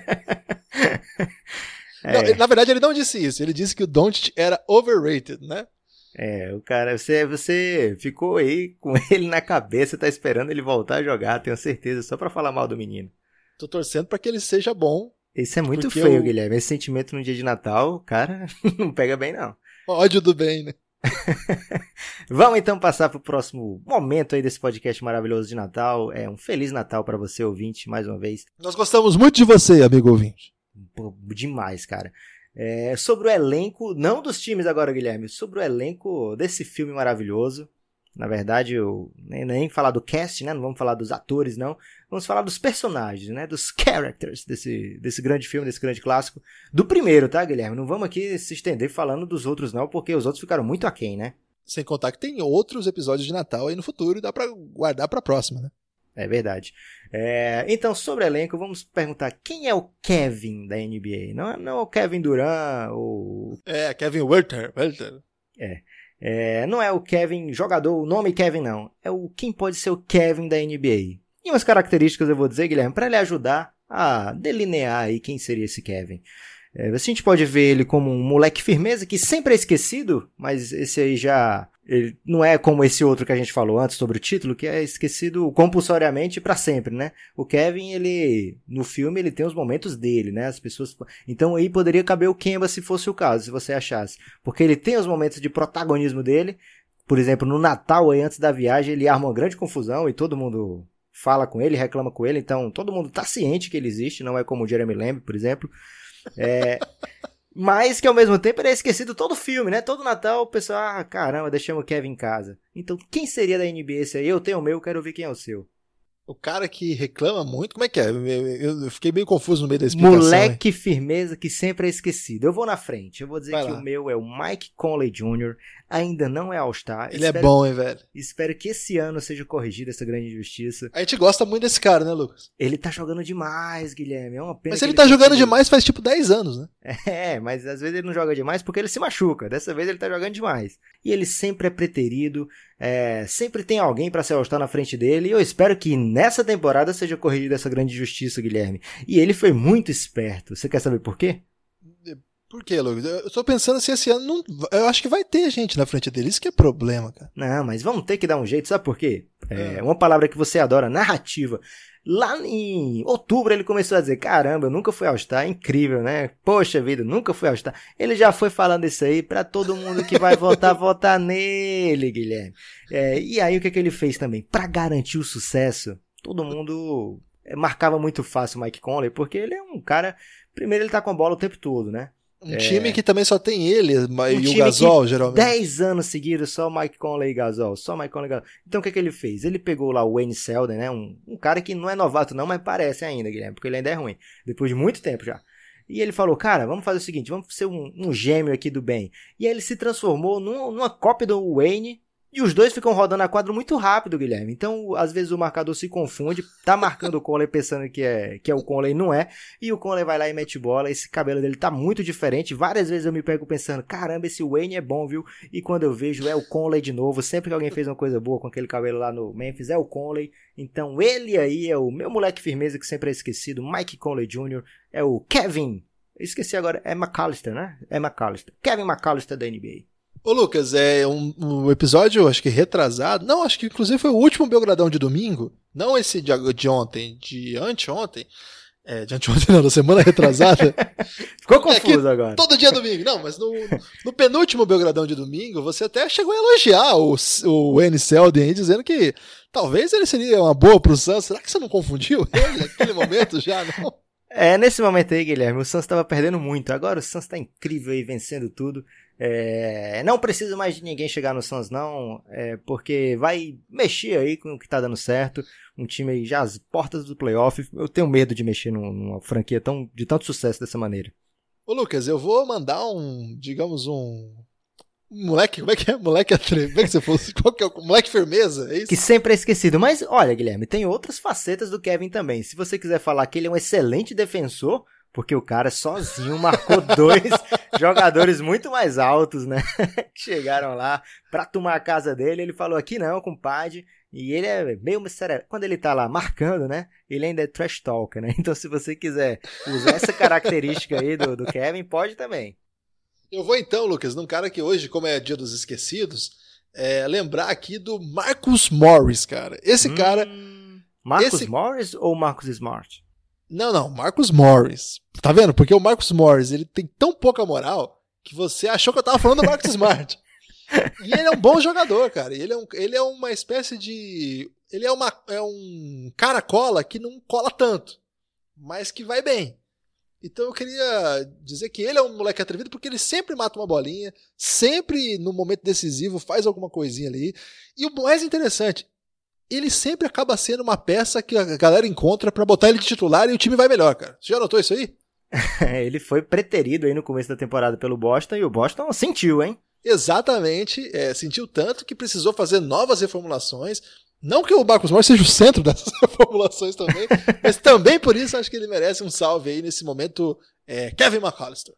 É. Não, na verdade, ele não disse isso. Ele disse que o Doncic era overrated, né? É, o cara, você, você ficou aí com ele na cabeça, tá esperando ele voltar a jogar, tenho certeza, só pra falar mal do menino. Tô torcendo pra que ele seja bom. Isso é muito feio, eu... Guilherme. Esse sentimento no dia de Natal, cara, não pega bem, não. Ódio do bem, né? Vamos então passar pro próximo momento aí desse podcast maravilhoso de Natal. É um Feliz Natal pra você, ouvinte, mais uma vez. Nós gostamos muito de você, amigo ouvinte. Pô, demais, cara. É, sobre o elenco, não dos times agora, Guilherme, sobre o elenco desse filme maravilhoso. Na verdade, eu nem, nem falar do cast, né? Não vamos falar dos atores, não. Vamos falar dos personagens, né? Dos characters desse, desse grande filme, desse grande clássico. Do primeiro, tá, Guilherme? Não vamos aqui se estender falando dos outros, não, porque os outros ficaram muito aquém, né? Sem contar que tem outros episódios de Natal aí no futuro e dá pra guardar pra próxima, né? É verdade. É, então, sobre o elenco, vamos perguntar quem é o Kevin da N B A? Não, não é o Kevin Durant ou... É, Kevin Werther. Werther. É. É, não é o Kevin jogador, o nome Kevin não. É o quem pode ser o Kevin da N B A. E umas características eu vou dizer, Guilherme, para ele ajudar a delinear aí quem seria esse Kevin. É, a gente pode ver ele como um moleque firmeza que sempre é esquecido, mas esse aí já... Ele não é como esse outro que a gente falou antes sobre o título, que é esquecido compulsoriamente pra sempre, né? O Kevin, ele, no filme, ele tem os momentos dele, né? As pessoas... Então aí poderia caber o Kemba se fosse o caso, se você achasse. Porque ele tem os momentos de protagonismo dele. Por exemplo, no Natal, aí, antes da viagem, ele arma uma grande confusão e todo mundo fala com ele, reclama com ele. Então, todo mundo tá ciente que ele existe, não é como o Jeremy Lamb, por exemplo. É... Mas que ao mesmo tempo ele é esquecido todo o filme, né? Todo Natal o pessoal, ah, caramba, deixamos o Kevin em casa. Então quem seria da N B A esse aí? Eu tenho o meu, quero ver quem é o seu. O cara que reclama muito, como é que é? Eu, eu, eu fiquei meio confuso no meio da explicação. Moleque hein? firmeza que sempre é esquecido. Eu vou na frente. Eu vou dizer Vai que lá. o meu é o Mike Conley Júnior Ainda não é All-Star. Ele espero, é bom, hein, velho? Espero que esse ano seja corrigida essa grande injustiça. A gente gosta muito desse cara, né, Lucas? Ele tá jogando demais, Guilherme. É uma pena. Mas que ele tá jogando conseguiu. demais faz tipo dez anos, né? É, mas às vezes ele não joga demais porque ele se machuca. Dessa vez ele tá jogando demais. E ele sempre é preterido. É, sempre tem alguém pra se All-Star na frente dele. E eu espero que nessa temporada seja corrigida essa grande injustiça, Guilherme. E ele foi muito esperto. Você quer saber por quê? Por quê, Lucas? Eu tô pensando se esse ano não. Eu acho que vai ter gente na frente dele. Isso que é problema, cara. Não, mas vamos ter que dar um jeito. Sabe por quê? É É. uma palavra que você adora, narrativa. Lá em outubro ele começou a dizer, caramba, eu nunca fui All-Star, incrível, né? Poxa vida, nunca fui All-Star. Ele já foi falando isso aí pra todo mundo que vai votar, votar nele, Guilherme. É, e aí o que, que ele fez também? Pra garantir o sucesso, todo mundo marcava muito fácil o Mike Conley, porque ele é um cara... Primeiro ele tá com a bola o tempo todo, né? Um é... time que também só tem ele um e o Gasol, geralmente. dez anos seguidos, só o Mike Conley e Gasol. Só o Mike Conley e Gasol. Então o que, que ele fez? Ele pegou lá o Wayne Selden, né? Um, um cara que não é novato não, mas parece ainda, Guilherme, porque ele ainda é ruim. Depois de muito tempo já. E ele falou, cara, vamos fazer o seguinte, vamos ser um, um gêmeo aqui do bem. E aí ele se transformou num, numa cópia do Wayne. E os dois ficam rodando a quadra muito rápido, Guilherme. Então, às vezes o marcador se confunde, tá marcando o Conley pensando que é, que é o Conley, não é. E o Conley vai lá e mete bola. Esse cabelo dele tá muito diferente. Várias vezes eu me pego pensando, caramba, esse Wayne é bom, viu? E quando eu vejo, é o Conley de novo. Sempre que alguém fez uma coisa boa com aquele cabelo lá no Memphis, é o Conley. Então, ele aí é o meu moleque firmeza que sempre é esquecido, Mike Conley Júnior É o Kevin. Eu esqueci agora, é McAllister, né? É McAllister. Kevin McAllister da N B A. Ô Lucas, é um, um episódio, acho que retrasado, não, acho que inclusive foi o último Belgradão de domingo, não esse de, de ontem, de anteontem, é, de anteontem não, da semana retrasada. Ficou confuso é agora. Todo dia é domingo, não, mas no, no penúltimo Belgradão de domingo, você até chegou a elogiar o, o Wayne Selden aí, dizendo que talvez ele seria uma boa pro Suns. Será que você não confundiu ele naquele momento já, não? É, nesse momento aí, Guilherme, o Suns estava perdendo muito. Agora o Suns tá incrível aí, vencendo tudo. É, não precisa mais de ninguém chegar no Suns, não, é, porque vai mexer aí com o que tá dando certo. Um time aí já às portas do playoff. Eu tenho medo de mexer num, numa franquia tão, de tanto sucesso dessa maneira. Ô Lucas, eu vou mandar um, digamos, um... Moleque, como é que é? Moleque atrevido. Como é que você fosse? Qual que é o moleque firmeza? É isso? Que sempre é esquecido. Mas, olha, Guilherme, tem outras facetas do Kevin também. Se você quiser falar que ele é um excelente defensor, porque o cara sozinho marcou dois jogadores muito mais altos, né? Que chegaram lá pra tomar a casa dele. Ele falou aqui não, compadre. E ele é meio... Quando ele tá lá marcando, né? Ele ainda é trash talker, né? Então, se você quiser usar essa característica aí do, do Kevin, pode também. Eu vou então, Lucas, num cara que hoje, como é dia dos esquecidos, é, lembrar aqui do Marcus Morris, cara. Esse hum, cara... Marcus esse... Morris ou Marcus Smart? Não, não, Marcus Morris. Tá vendo? Porque o Marcus Morris, ele tem tão pouca moral que você achou que eu tava falando do Marcus Smart. E ele é um bom jogador, cara. Ele é, um, ele é uma espécie de... Ele é, uma, é um cara cola que não cola tanto, mas que vai bem. Então eu queria dizer que ele é um moleque atrevido porque ele sempre mata uma bolinha, sempre no momento decisivo faz alguma coisinha ali. E o mais interessante, ele sempre acaba sendo uma peça que a galera encontra pra botar ele de titular e o time vai melhor, cara. Você já notou isso aí? Ele foi preterido aí no começo da temporada pelo Boston e o Boston sentiu, hein? Exatamente, é, sentiu tanto que precisou fazer novas reformulações. Não que o Marcus Morris seja o centro dessas reformulações também, mas também por isso acho que ele merece um salve aí nesse momento, é, Kevin McAllister.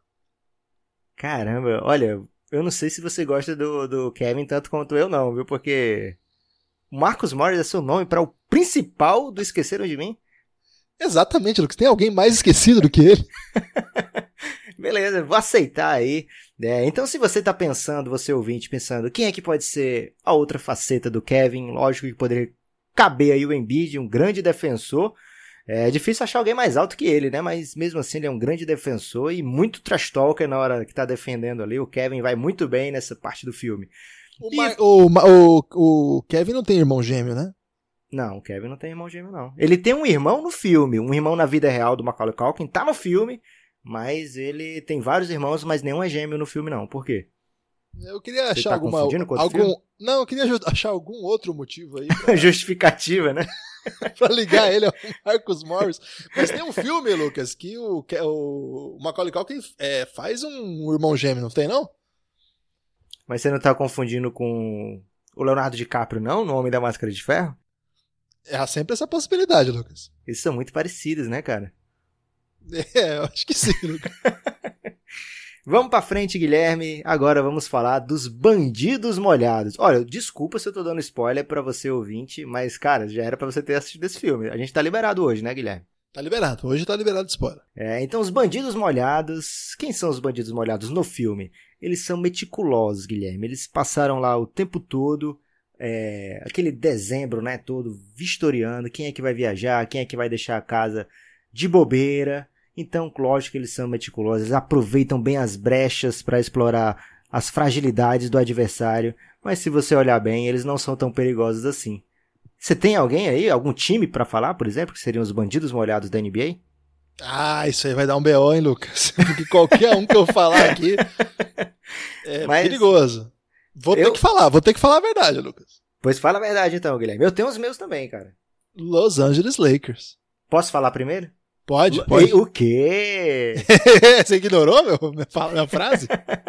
Caramba, olha, eu não sei se você gosta do, do Kevin tanto quanto eu não, viu? Porque o Marcus Morris é seu nome para o principal do Esqueceram de Mim? Exatamente, Lucas. Tem alguém mais esquecido do que ele? Beleza, vou aceitar aí. É, então, se você tá pensando, você ouvinte, pensando quem é que pode ser a outra faceta do Kevin, lógico que poderia caber aí o Embiid, um grande defensor. É difícil achar alguém mais alto que ele, né? Mas mesmo assim ele é um grande defensor e muito trash talker na hora que tá defendendo ali. O Kevin vai muito bem nessa parte do filme. O, e... Ma- o, o, o Kevin não tem irmão gêmeo, né? Não, o Kevin não tem irmão gêmeo, não. Ele tem um irmão no filme, um irmão na vida real do Macaulay Culkin, tá no filme, mas ele tem vários irmãos, mas nenhum é gêmeo no filme, não. Por quê? Eu queria achar tá alguma... algum Não, eu queria achar algum outro motivo aí. Pra... Justificativa, né? pra ligar ele ao Marcus Morris. Mas tem um filme, Lucas, que o, que o Macaulay Culkin é, faz um irmão gêmeo, não tem não? Mas você não tá confundindo com o Leonardo DiCaprio, não? No Homem da Máscara de Ferro? É sempre essa possibilidade, Lucas. Eles são muito parecidos, né, cara? É, eu acho que sim, Lucas. Vamos pra frente, Guilherme. Agora vamos falar dos Bandidos Molhados. Olha, desculpa se eu tô dando spoiler pra você, ouvinte, mas, cara, já era pra você ter assistido esse filme. A gente tá liberado hoje, né, Guilherme? Tá liberado. Hoje tá liberado de spoiler. É, então os Bandidos Molhados... Quem são os Bandidos Molhados no filme? Eles são meticulosos, Guilherme. Eles passaram lá o tempo todo... É, aquele dezembro, né, todo vistoriando quem é que vai viajar, quem é que vai deixar a casa de bobeira. Então, lógico que eles são meticulosos, eles aproveitam bem as brechas para explorar as fragilidades do adversário, mas se você olhar bem, eles não são tão perigosos assim. Você tem alguém aí, algum time para falar, por exemplo, que seriam os Bandidos Molhados da N B A? Ah, isso aí vai dar um B O, hein, Lucas? Porque qualquer um que eu falar aqui é mas... perigoso. Vou eu... ter que falar, vou ter que falar a verdade, Lucas. Pois fala a verdade então, Guilherme. Eu tenho os meus também, cara. Los Angeles Lakers. Posso falar primeiro? Pode, pode. E, o quê? Você ignorou meu, minha, minha frase?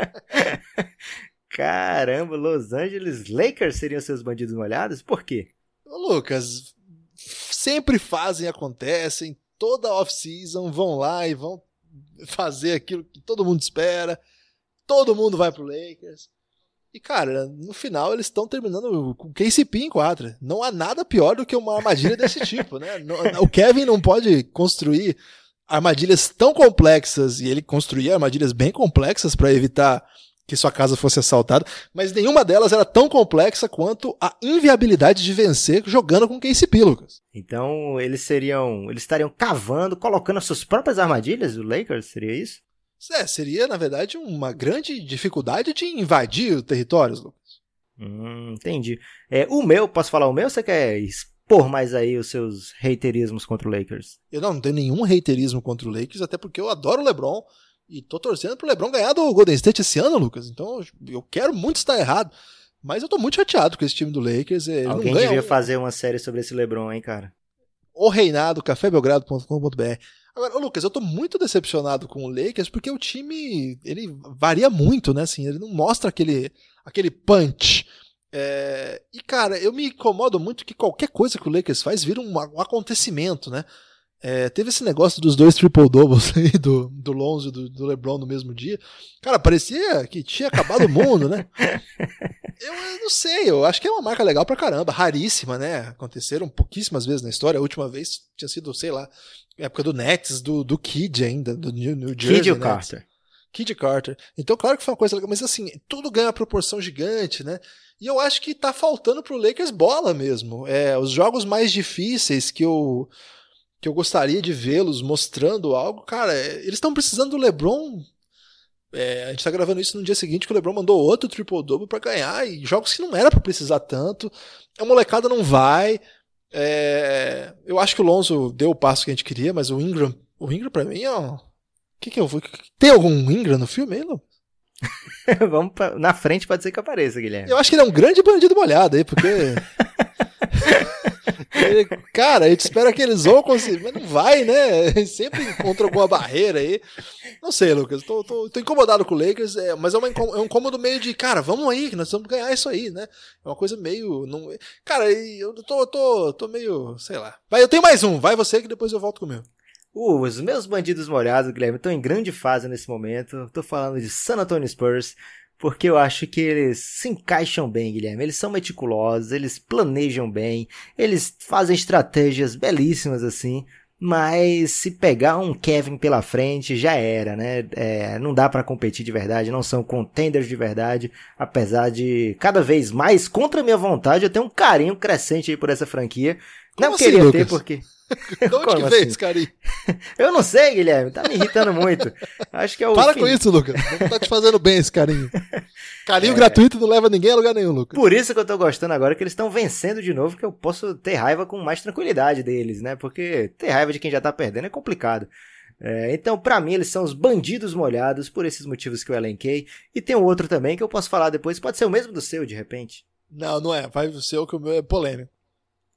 Caramba, Los Angeles Lakers seriam seus bandidos molhados? Por quê? Ô, Lucas, sempre fazem, acontecem, toda off-season vão lá e vão fazer aquilo que todo mundo espera, todo mundo vai pro Lakers. E, cara, no final eles estão terminando com o K C P em quadra. Não há nada pior do que uma armadilha desse tipo, né? O Kevin não pode construir armadilhas tão complexas, e ele construía armadilhas bem complexas para evitar que sua casa fosse assaltada, mas nenhuma delas era tão complexa quanto a inviabilidade de vencer jogando com o K C P, Lucas. Então eles seriam, eles estariam cavando, colocando as suas próprias armadilhas do Lakers, seria isso? É, seria, na verdade, uma grande dificuldade de invadir o território, Lucas. Hum, entendi. É, o meu, posso falar o meu ou você quer expor mais aí os seus haterismos contra o Lakers? Eu não, não tenho nenhum haterismo contra o Lakers, até porque eu adoro o LeBron e tô torcendo pro LeBron ganhar do Golden State esse ano, Lucas. Então eu quero muito estar errado, mas eu tô muito chateado com esse time do Lakers. Ele Alguém não ganha devia um... fazer uma série sobre esse LeBron, hein, cara? O Reinado, café belgrado ponto com ponto b r. Agora, ô Lucas, eu tô muito decepcionado com o Lakers porque o time, ele varia muito, né, assim, ele não mostra aquele, aquele punch. É... E, cara, eu me incomodo muito que qualquer coisa que o Lakers faz vira um, um acontecimento, né? É, teve esse negócio dos dois triple-doubles aí, do, do Lonzo e do, do LeBron no mesmo dia. Cara, parecia que tinha acabado o mundo, né? Eu, eu não sei, eu acho que é uma marca legal pra caramba, raríssima, né? Aconteceram pouquíssimas vezes na história. A última vez tinha sido, sei lá, época do Nets, do, do Kid ainda, do New, New Jersey. Kid Nets. Carter. Kid Carter. Então, claro que foi uma coisa legal, mas assim, tudo ganha uma proporção gigante, né? E eu acho que tá faltando pro Lakers bola mesmo. É, os jogos mais difíceis que eu, que eu gostaria de vê-los mostrando algo, cara, eles estão precisando do LeBron. É, a gente tá gravando isso no dia seguinte que o LeBron mandou outro triple-double pra ganhar, e jogos que não era pra precisar tanto. A molecada não vai. É, eu acho que o Lonzo deu o passo que a gente queria, mas o Ingram, o Ingram pra mim, ó. Que que eu vou? Tem algum Ingram no filme aí, não? Vamos pra, na frente pode ser que apareça, Guilherme. Eu acho que ele é um grande bandido molhado aí, porque. ele, cara, a gente espera que eles vão conseguir, mas não vai, né? Sempre encontra alguma barreira aí. Não sei, Lucas, tô, tô, tô incomodado com o Lakers, é, mas é, uma, é um incômodo meio de, cara, vamos aí, que nós vamos ganhar isso aí, né? É uma coisa meio. Não, cara, eu tô, tô, tô meio. Sei lá. Vai, eu tenho mais um, vai você que depois eu volto com o meu. Uh, os meus bandidos molhados, Guilherme, estão em grande fase nesse momento. Tô falando de San Antonio Spurs, porque eu acho que eles se encaixam bem, Guilherme. Eles são meticulosos, eles planejam bem, eles fazem estratégias belíssimas assim, mas se pegar um Kevin pela frente, já era, né? É, não dá pra competir de verdade, não são contenders de verdade, apesar de cada vez mais, contra a minha vontade, eu tenho um carinho crescente aí por essa franquia. Como não assim, queria Lucas? ter, porque... De onde que veio esse carinho? Eu não sei, Guilherme, tá me irritando muito. Acho que é o Para fim... com isso, Lucas. Não tá te fazendo bem esse carinho. Carinho é... gratuito não leva ninguém a lugar nenhum, Lucas. Por isso que eu tô gostando agora, que eles estão vencendo de novo, que eu posso ter raiva com mais tranquilidade deles, né? Porque ter raiva de quem já tá perdendo é complicado. É, então, pra mim, eles são os bandidos molhados, por esses motivos que eu elenquei. E tem um outro também que eu posso falar depois, pode ser o mesmo do seu, de repente. Não, não é. Vai ser o que o meu é polêmico.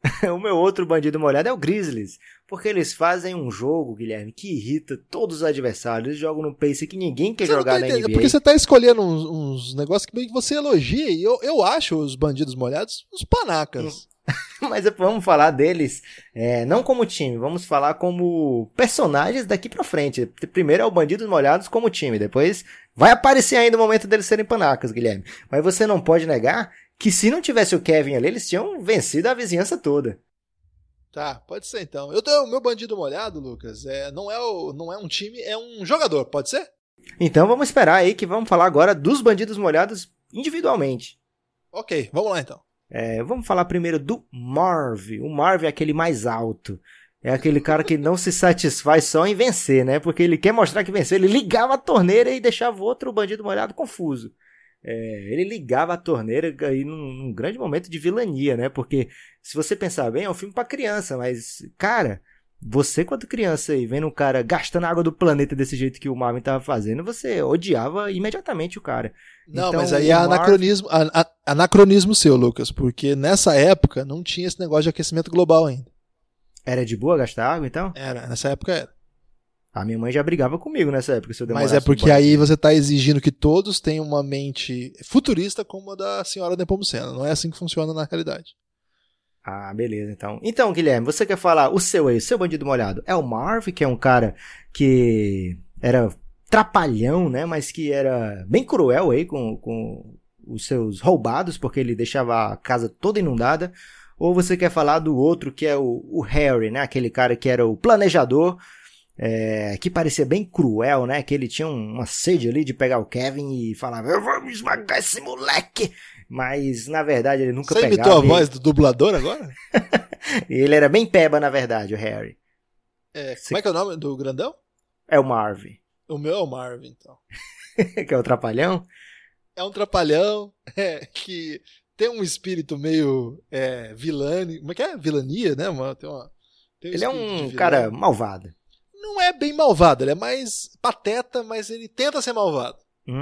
O meu outro bandido molhado é o Grizzlies, porque eles fazem um jogo, Guilherme, que irrita todos os adversários. Eles jogam no pace que ninguém quer Você não jogar tá na entendendo, N B A. porque você tá escolhendo uns, uns negócios que meio que você elogia, e eu, eu acho os bandidos molhados uns panacas. Mas vamos falar deles, é, não como time, vamos falar como personagens daqui pra frente. Primeiro é o Bandidos Molhados como time, depois vai aparecer ainda o momento deles serem panacas, Guilherme. Mas você não pode negar que se não tivesse o Kevin ali, eles tinham vencido a vizinhança toda. Tá, pode ser então. Eu tenho o meu bandido molhado, Lucas, é, não, é o, não é um time, é um jogador, pode ser? Então vamos esperar aí que vamos falar agora dos Bandidos Molhados individualmente. Ok, vamos lá então. É, vamos falar primeiro do Marv. O Marv é aquele mais alto. É aquele cara que não se satisfaz só em vencer, né? Porque ele quer mostrar que venceu. Ele ligava a torneira e deixava o outro bandido molhado confuso. É, ele ligava a torneira aí num, num grande momento de vilania, né? Porque, se você pensar bem, é um filme pra criança. Mas, cara, você quando criança aí, vendo um cara gastando água do planeta desse jeito que o Marvin tava fazendo, você odiava imediatamente o cara. Não, então, mas aí é Marv... anacronismo, a, a, anacronismo seu, Lucas, porque nessa época não tinha esse negócio de aquecimento global ainda. Era de boa gastar água, então? Era, nessa época era. A minha mãe já brigava comigo nessa época, se eu Mas é porque aí você tá exigindo que todos tenham uma mente futurista como a da senhora Nepomucena. Não é assim que funciona na realidade. Ah, beleza, então. Então, Guilherme, você quer falar o seu aí, o seu bandido molhado? É o Marv, que é um cara que era trapalhão, né? Mas que era bem cruel aí com, com os seus roubados, porque ele deixava a casa toda inundada. Ou você quer falar do outro, que é o, o Harry, né? Aquele cara que era o planejador, é, que parecia bem cruel, né? Que ele tinha uma sede ali de pegar o Kevin e falava, eu vou esmagar esse moleque! Mas, na verdade, ele nunca Você pegava. Você imitou a ele... voz do dublador agora? Ele era bem peba, na verdade, o Harry. É, como é que é o nome do grandão? É o Marv. O meu é o Marvin, então. Que é o trapalhão? É um trapalhão é, que tem um espírito meio é, vilani. Como é que é? Vilania, né? Uma, tem uma, tem um ele é um de cara malvado. Não é bem malvado, ele é mais pateta, mas ele tenta ser malvado.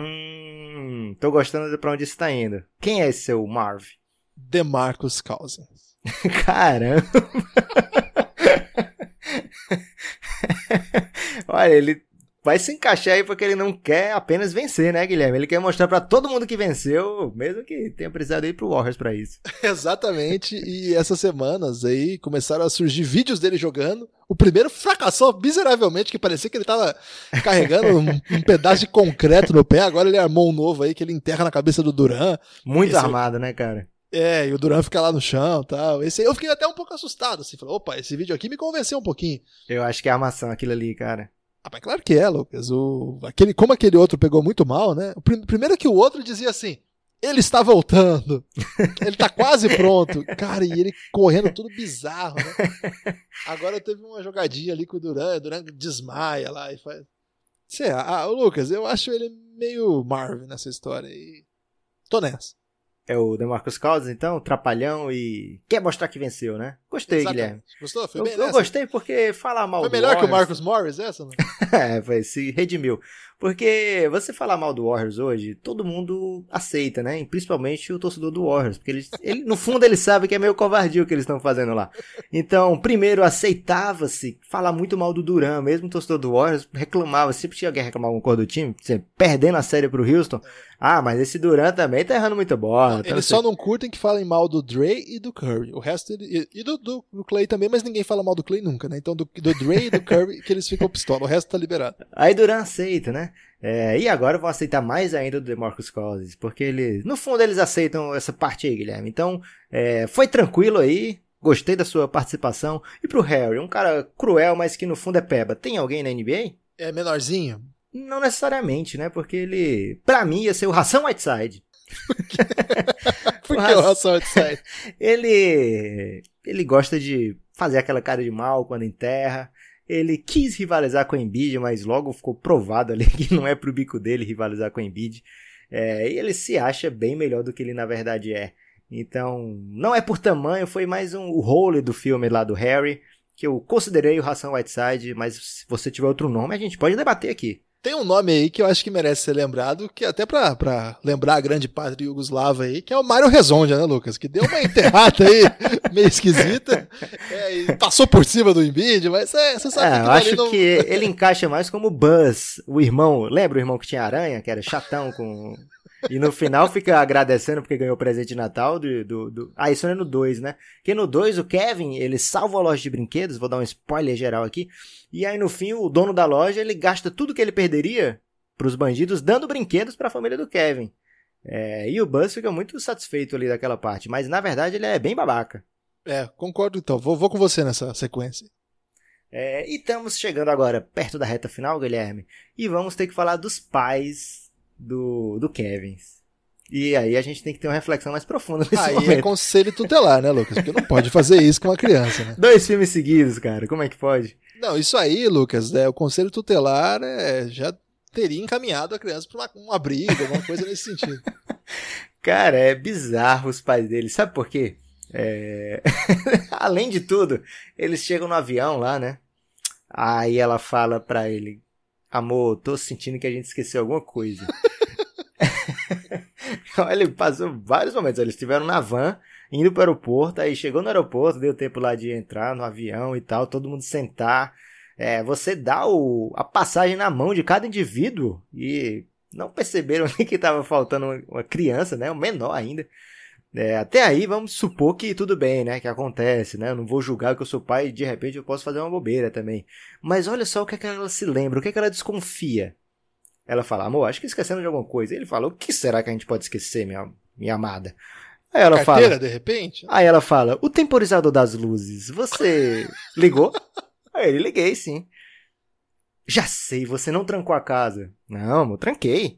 Hum, tô gostando de pra onde isso tá indo. Quem é esse seu Marv? DeMarcus Cousins. Caramba! Olha, ele vai se encaixar aí porque ele não quer apenas vencer, né, Guilherme? Ele quer mostrar pra todo mundo que venceu, mesmo que tenha precisado ir pro Warriors pra isso. Exatamente, e essas semanas aí começaram a surgir vídeos dele jogando. O primeiro fracassou miseravelmente, que parecia que ele tava carregando um, um pedaço de concreto no pé. Agora ele armou um novo aí que ele enterra na cabeça do Duran. Muito Esse... armado, né, cara? É, e o Duran fica lá no chão e tal. Esse aí eu fiquei até um pouco assustado, assim. Falei, opa, esse vídeo aqui me convenceu um pouquinho. Eu acho que é armação aquilo ali, cara. Ah, mas claro que é, Lucas. O... Aquele... Como aquele outro pegou muito mal, né? O prim... Primeiro que o outro dizia assim, ele está voltando. Ele tá quase pronto. Cara, e ele correndo tudo bizarro, né? Agora teve uma jogadinha ali com o Duran, o Duran desmaia lá e faz... Sei lá, ah, o Lucas, eu acho ele meio Marvin nessa história e tô nessa. É o DeMarcus Cousins, então, trapalhão e quer mostrar que venceu, né? Gostei, Exatamente. Guilherme. Gostou? Foi eu, bem eu nessa? gostei porque falar mal Foi do melhor Warriors... que o Marcus Morris essa, não? É, foi, se redimiu. Porque você falar mal do Warriors hoje, todo mundo aceita, né? E principalmente o torcedor do Warriors. Porque ele, ele, no fundo ele sabe que é meio covardia o que eles estão fazendo lá. Então, primeiro, aceitava-se falar muito mal do Duran. Mesmo o torcedor do Warriors reclamava. Sempre tinha alguém reclamar alguma coisa do time, perdendo a série pro Houston. Ah, mas esse Duran também tá errando muita bola. Não, eles só não curtem que falem mal do Dre e do Curry. O resto, ele, e do, do, do Clay também, mas ninguém fala mal do Clay nunca, né? Então, do, do Dre e do Curry que eles ficam pistola. O resto tá liberado. Aí Duran aceita, né? É, e agora vão aceitar mais ainda do DeMarcus Cousins, porque eles, no fundo eles aceitam essa parte aí, Guilherme. Então, é, foi tranquilo aí, gostei da sua participação. E pro Harry, um cara cruel, mas que no fundo é peba. Tem alguém na N B A? É menorzinho? Não necessariamente, né? Porque ele, pra mim, ia ser o Hassan Whiteside. Por que o Hassan Whiteside? ele, ele gosta de fazer aquela cara de mal quando enterra. Ele quis rivalizar com o Embiid, mas logo ficou provado ali que não é pro bico dele rivalizar com o Embiid. É, e ele se acha bem melhor do que ele na verdade é. Então, não é por tamanho, foi mais um, o role do filme lá do Harry, que eu considerei o Hassan Whiteside, mas se você tiver outro nome, a gente pode debater aqui. Tem um nome aí que eu acho que merece ser lembrado, que até pra, pra lembrar a grande pátria iugoslava aí, que é o Mário Rezonja, né, Lucas? Que deu uma enterrada aí meio esquisita, é, e passou por cima do Embiid, mas é, você sabe é, que eu acho não... que ele encaixa mais como Buzz, o irmão. Lembra o irmão que tinha aranha, que era chatão com... E no final fica agradecendo porque ganhou o presente de Natal do... do, do... Ah, isso não é no dois, né? Porque no dois o Kevin, ele salva a loja de brinquedos, vou dar um spoiler geral aqui, e aí no fim o dono da loja, ele gasta tudo que ele perderia pros bandidos, dando brinquedos pra família do Kevin. É, e o Buzz fica muito satisfeito ali daquela parte, mas na verdade ele é bem babaca. É, concordo então, vou, vou com você nessa sequência. É, e estamos chegando agora perto da reta final, Guilherme, e vamos ter que falar dos pais do, do Kevin. E aí a gente tem que ter uma reflexão mais profunda nesse aí momento. Aí é conselho tutelar, né, Lucas? Porque não pode fazer isso com uma criança, né? Dois filmes seguidos, cara, como é que pode? Não, isso aí, Lucas, é, o conselho tutelar é, já teria encaminhado a criança para uma, uma briga, alguma coisa nesse sentido. Cara, é bizarro os pais dele, sabe por quê? É... Além de tudo, eles chegam no avião lá, né? Aí ela fala pra ele: amor, tô sentindo que a gente esqueceu alguma coisa. Ele passou vários momentos. Eles estiveram na van, indo pro aeroporto. Aí chegou no aeroporto, deu tempo lá de entrar no avião e tal, todo mundo sentar. É, você dá o, a passagem na mão de cada indivíduo e não perceberam nem que tava faltando uma, uma criança, né? Um menor ainda. É, até aí vamos supor que tudo bem, né? Que acontece, né? Eu não vou julgar que eu sou pai e de repente eu posso fazer uma bobeira também. Mas olha só o que é que ela se lembra, o que é que ela desconfia. Ela fala: amor, acho que esquecendo de alguma coisa. Ele fala: o que será que a gente pode esquecer, minha, minha amada? Aí ela Carteira, fala, de repente? Aí ela fala: o temporizador das luzes, você ligou? Aí ele: liguei, sim. Já sei, você não trancou a casa. Não, amor, tranquei.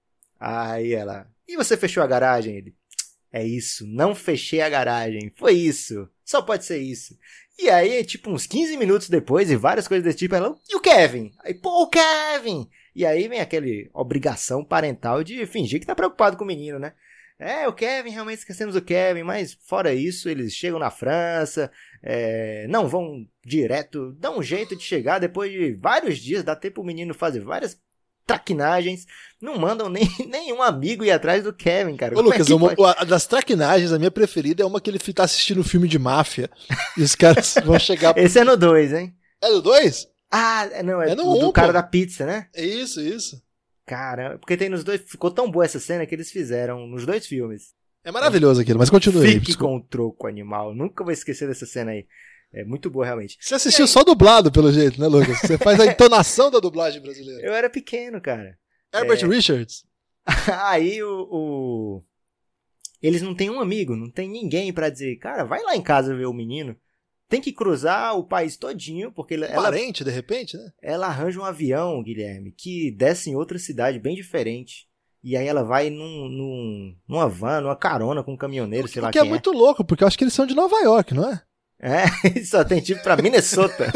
Aí ela: e você fechou a garagem? Ele: é isso, não fechei a garagem. Foi isso, só pode ser isso. E aí, tipo, uns quinze minutos depois, e várias coisas desse tipo, ela: e o Kevin? Aí, pô, o Kevin! E aí vem aquele obrigação parental de fingir que tá preocupado com o menino, né? É, o Kevin, realmente esquecemos o Kevin, mas fora isso, eles chegam na França, é, não vão direto, dão um jeito de chegar depois de vários dias, dá tempo o menino fazer várias traquinagens, não mandam nem, nenhum amigo ir atrás do Kevin, cara. Ô, Lucas, é uma, a das traquinagens, a minha preferida é uma que ele tá assistindo um filme de máfia e os caras vão chegar... Esse é no dois, hein? É no dois? Ah, não, é, é no do, um, do cara pô. da pizza, né? É isso, isso. Cara, porque tem nos dois, ficou tão boa essa cena que eles fizeram nos dois filmes. É maravilhoso aquilo, mas continue aí. Fique com o troco, animal. Nunca vou esquecer dessa cena aí. É muito boa, realmente. Você assistiu só dublado, pelo jeito, né, Lucas? Você faz a entonação da dublagem brasileira. Eu era pequeno, cara. Herbert é... Richards. Aí o, o... Eles não têm um amigo, não tem ninguém pra dizer, cara, vai lá em casa ver o menino. Tem que cruzar o país todinho, porque Um ela... parente, de repente, né? Ela arranja um avião, Guilherme, que desce em outra cidade bem diferente. E aí ela vai num, num, numa van, numa carona com um caminhoneiro, sei lá que quem é muito louco, porque eu acho que eles são de Nova York, não é? É, só tem tipo pra Minnesota.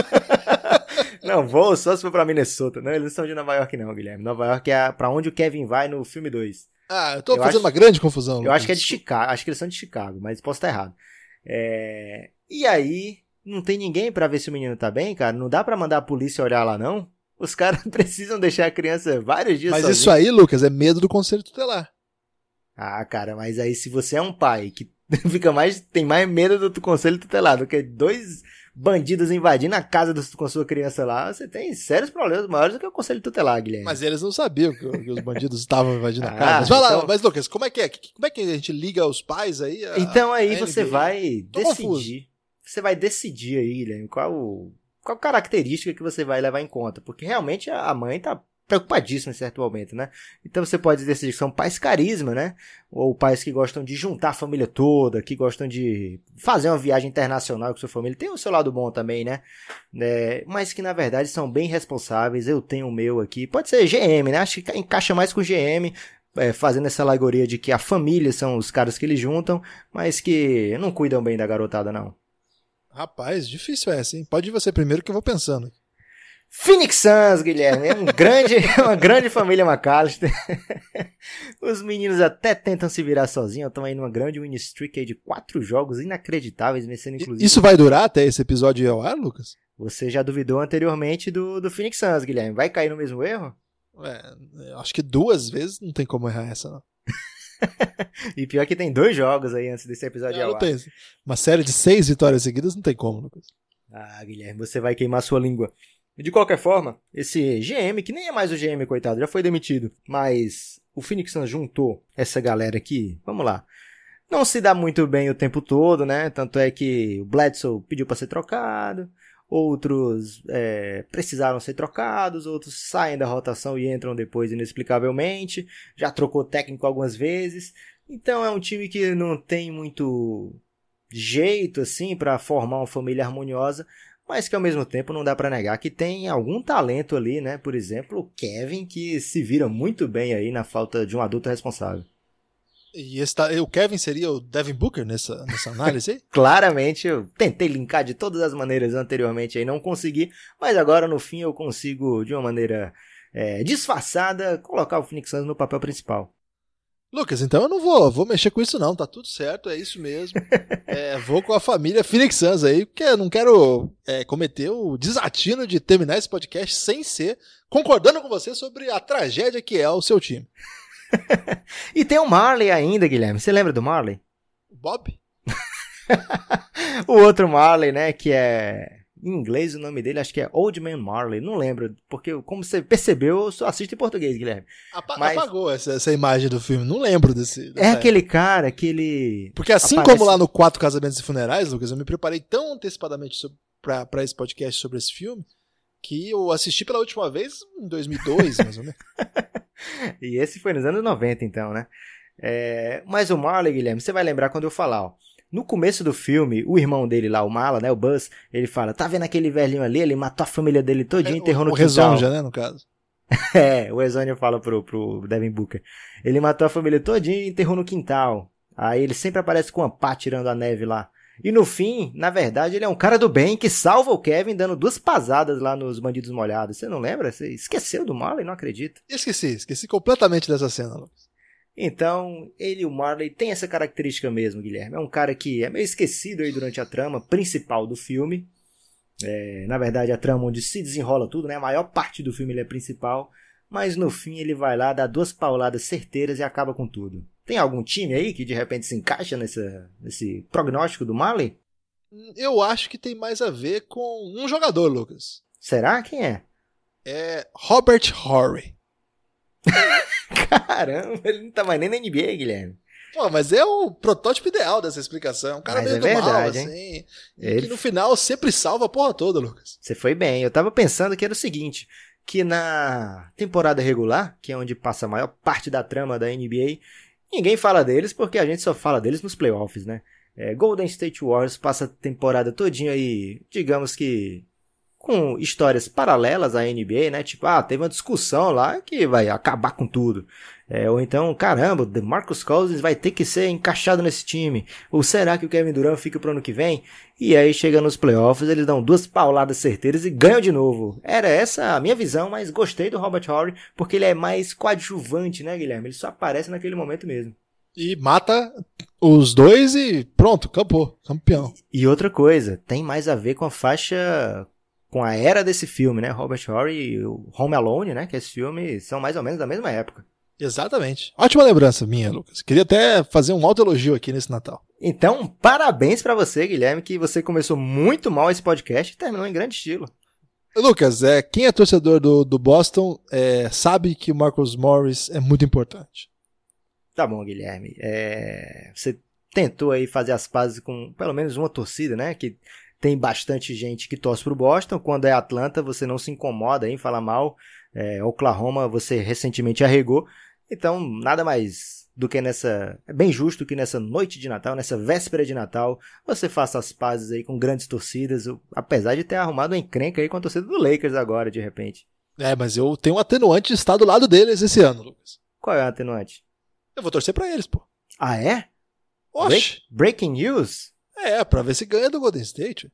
Não, vou só se for pra Minnesota. Não, eles não são de Nova York não, Guilherme. Nova York é pra onde o Kevin vai no filme dois. Ah, eu tô eu fazendo acho, uma grande confusão. Eu Lucas. acho que é de Chicago, acho que eles são de Chicago, mas posso estar errado. É... E aí, não tem ninguém pra ver se o menino tá bem, cara? Não dá pra mandar a polícia olhar lá, não? Os caras precisam deixar a criança vários dias Mas sozinho. isso aí, Lucas, é medo do conselho tutelar. Ah, cara, mas aí se você é um pai que fica mais, tem mais medo do conselho tutelar do que dois bandidos invadindo a casa do, com sua criança lá, você tem sérios problemas maiores do que o conselho tutelar, Guilherme. Mas eles não sabiam que, que os bandidos estavam invadindo a Ah, casa. Mas vai então... lá, mas Lucas, como é que é? Como é que a gente liga os pais aí? A, então aí a você N B A? vai Tô decidir. confuso. Você vai decidir aí, Guilherme, qual, qual característica que você vai levar em conta. Porque realmente a mãe tá preocupadíssima em certo momento, né? Então você pode decidir que são pais carisma, né? Ou pais que gostam de juntar a família toda, que gostam de fazer uma viagem internacional com sua família. Tem o seu lado bom também, né? É, mas que na verdade são bem responsáveis. Eu tenho o meu aqui. Pode ser G M, né? Acho que encaixa mais com G M. É, fazendo essa alegoria de que a família são os caras que eles juntam, mas que não cuidam bem da garotada, não. Rapaz, difícil essa, hein? Pode ir você primeiro que eu vou pensando. Phoenix Suns, Guilherme, é um grande, uma grande família McAllister. Os meninos até tentam se virar sozinhos, estão aí numa grande win streak aí de quatro jogos inacreditáveis, vencendo inclusive... Isso vai durar até esse episódio ir ao ar, Lucas? Você já duvidou anteriormente do, do Phoenix Suns, Guilherme. Vai cair no mesmo erro? É, acho que duas vezes não tem como errar essa, não. E pior que tem dois jogos aí antes desse episódio Não, ao não ar. tem. Uma série de seis vitórias seguidas não tem como, Lucas. Ah, Guilherme, você vai queimar sua língua. De qualquer forma, esse G M, que nem é mais o G M, coitado, já foi demitido. Mas o Phoenix Suns juntou essa galera aqui, vamos lá. Não se dá muito bem o tempo todo, né? Tanto é que o Bledsoe pediu para ser trocado, outros é, precisaram ser trocados, outros saem da rotação e entram depois inexplicavelmente. Já trocou técnico algumas vezes. Então é um time que não tem muito jeito assim para formar uma família harmoniosa, mas que ao mesmo tempo não dá para negar que tem algum talento ali, né? Por exemplo, o Kevin, que se vira muito bem aí na falta de um adulto responsável. E esse, o Kevin seria o Devin Booker nessa, nessa análise aí? Claramente, eu tentei linkar de todas as maneiras anteriormente aí, não consegui, mas agora no fim eu consigo, de uma maneira é, disfarçada, colocar o Phoenix Suns no papel principal. Lucas, então eu não vou, vou mexer com isso não, tá tudo certo, é isso mesmo. É, vou com a família Phoenix Suns aí, porque eu não quero é, cometer o desatino de terminar esse podcast sem ser concordando com você sobre a tragédia que é o seu time. E tem o Marley ainda, Guilherme. Você lembra do Marley? Bob? O outro Marley, né? Que é... Em inglês o nome dele acho que é Old Man Marley. Não lembro. Porque, como você percebeu, eu só assisto em português, Guilherme. Apa- Mas... Apagou essa, essa imagem do filme. Não lembro desse. É aquele época. Cara que ele... Porque assim aparece... como lá no Quatro Casamentos e Funerais, Lucas, eu me preparei tão antecipadamente sobre, pra, pra esse podcast sobre esse filme que eu assisti pela última vez em dois mil e dois, mais ou menos. E esse foi nos anos noventa, então, né? É... Mas o Marley, Guilherme, você vai lembrar quando eu falar, ó. No começo do filme, o irmão dele lá, o Mala, né, o Buzz, ele fala, tá vendo aquele velhinho ali? Ele matou a família dele todinha e enterrou o, no o quintal. O Rezonja, né, no caso. É, o Ezônio fala pro, pro Devin Booker. Ele matou a família todinha e enterrou no quintal. Aí ele sempre aparece com uma pá tirando a neve lá. E no fim, na verdade, ele é um cara do bem que salva o Kevin dando duas pasadas lá nos bandidos molhados. Você não lembra? Você esqueceu do Marley? Não acredito. Esqueci, esqueci completamente dessa cena, Lucas. Então, ele, o Marley, tem essa característica mesmo, Guilherme. É um cara que é meio esquecido aí durante a trama principal do filme. É, na verdade, a trama onde se desenrola tudo, né? A maior parte do filme ele é principal. Mas no fim ele vai lá, dá duas pauladas certeiras e acaba com tudo. Tem algum time aí que de repente se encaixa nessa, nesse prognóstico do Marley? Eu acho que tem mais a ver com um jogador, Lucas. Será? Quem é? É Robert Horry. Caramba, ele não tá mais nem na N B A, Guilherme. Pô, mas é o protótipo ideal dessa explicação. Um cara Mas meio é do verdade, mal, hein? assim. Ele... Que no final sempre salva a porra toda, Lucas. Você foi bem. Eu tava pensando que era o seguinte, que na temporada regular, que é onde passa a maior parte da trama da N B A, ninguém fala deles porque a gente só fala deles nos playoffs, né? É, Golden State Warriors passa a temporada todinha aí, digamos que com histórias paralelas à N B A, né? Tipo, ah, teve uma discussão lá que vai acabar com tudo. É, ou então, caramba, o DeMarcus Cousins vai ter que ser encaixado nesse time. Ou será que o Kevin Durant fica pro ano que vem? E aí chega nos playoffs, eles dão duas pauladas certeiras e ganham de novo. Era essa a minha visão, mas gostei do Robert Horry, porque ele é mais coadjuvante, né, Guilherme? Ele só aparece naquele momento mesmo. E mata os dois e pronto, acabou, campeão. E outra coisa, tem mais a ver com a faixa... com a era desse filme, né? Robert Horry e o Home Alone, né? Que esse filme são mais ou menos da mesma época. Exatamente. Ótima lembrança minha, Lucas. Queria até fazer um autoelogio aqui nesse Natal. Então, parabéns pra você, Guilherme, que você começou muito mal esse podcast e terminou em grande estilo. Lucas, é, quem é torcedor do, do Boston é, sabe que o Marcus Morris é muito importante. Tá bom, Guilherme. É, você tentou aí fazer as pazes com pelo menos uma torcida, né? Que tem bastante gente que torce pro Boston. Quando é Atlanta, você não se incomoda em falar mal. É, Oklahoma, você recentemente arregou. Então, nada mais do que nessa... É bem justo que nessa noite de Natal, nessa véspera de Natal, você faça as pazes aí com grandes torcidas, apesar de ter arrumado uma encrenca aí com a torcida do Lakers agora, de repente. É, mas eu tenho um atenuante de estar do lado deles esse ano, Lucas. Qual é o atenuante? Eu vou torcer pra eles, pô. Ah, é? Oxe. Break, breaking news? É, pra ver se ganha do Golden State.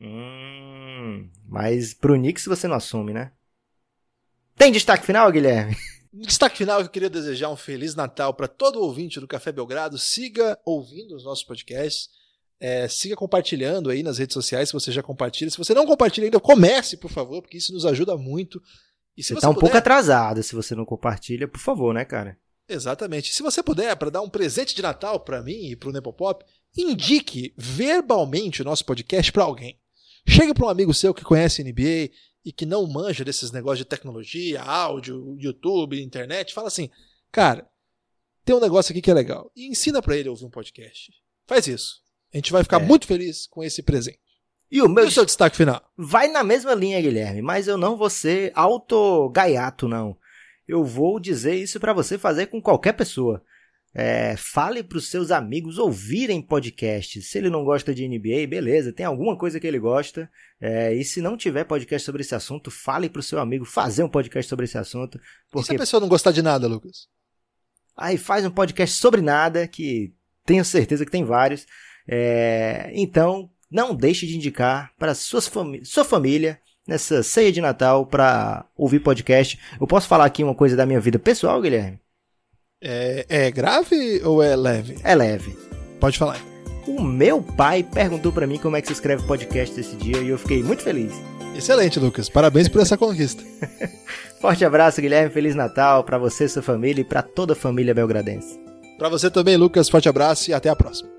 Hum, mas pro Knicks você não assume, né? Tem destaque final, Guilherme? Destaque final, eu queria desejar um Feliz Natal para todo ouvinte do Café Belgrado. Siga ouvindo os nossos podcasts. É, siga compartilhando aí nas redes sociais, se você já compartilha. Se você não compartilha ainda, comece, por favor, porque isso nos ajuda muito. E se você, você tá um puder... pouco atrasado se você não compartilha, por favor, né, cara? Exatamente. Se você puder, para dar um presente de Natal para mim e para o Nepopop, indique verbalmente o nosso podcast para alguém. Chegue para um amigo seu que conhece N B A e que não manja desses negócios de tecnologia, áudio, YouTube, internet, fala assim, cara, tem um negócio aqui que é legal. E ensina para ele a ouvir um podcast. Faz isso. A gente vai ficar é. muito feliz com esse presente. E o meu e o seu destaque final? Vai na mesma linha, Guilherme, mas eu não vou ser autogaiato, não. Eu vou dizer isso para você fazer com qualquer pessoa. É, fale para os seus amigos ouvirem podcasts. Se ele não gosta de N B A, beleza, tem alguma coisa que ele gosta. É, e se não tiver podcast sobre esse assunto, fale para o seu amigo fazer um podcast sobre esse assunto. Porque... E se a pessoa não gostar de nada, Lucas? Aí faz um podcast sobre nada, que tenho certeza que tem vários. É, então, não deixe de indicar para suas fami- sua família nessa ceia de Natal para ouvir podcast. Eu posso falar aqui uma coisa da minha vida pessoal, Guilherme? É, é grave ou é leve? É leve. Pode falar. O meu pai perguntou para mim como é que se escreve podcast esse dia e eu fiquei muito feliz. Excelente, Lucas. Parabéns por essa conquista. Forte abraço, Guilherme. Feliz Natal para você, sua família e para toda a família belgradense. Para você também, Lucas. Forte abraço e até a próxima.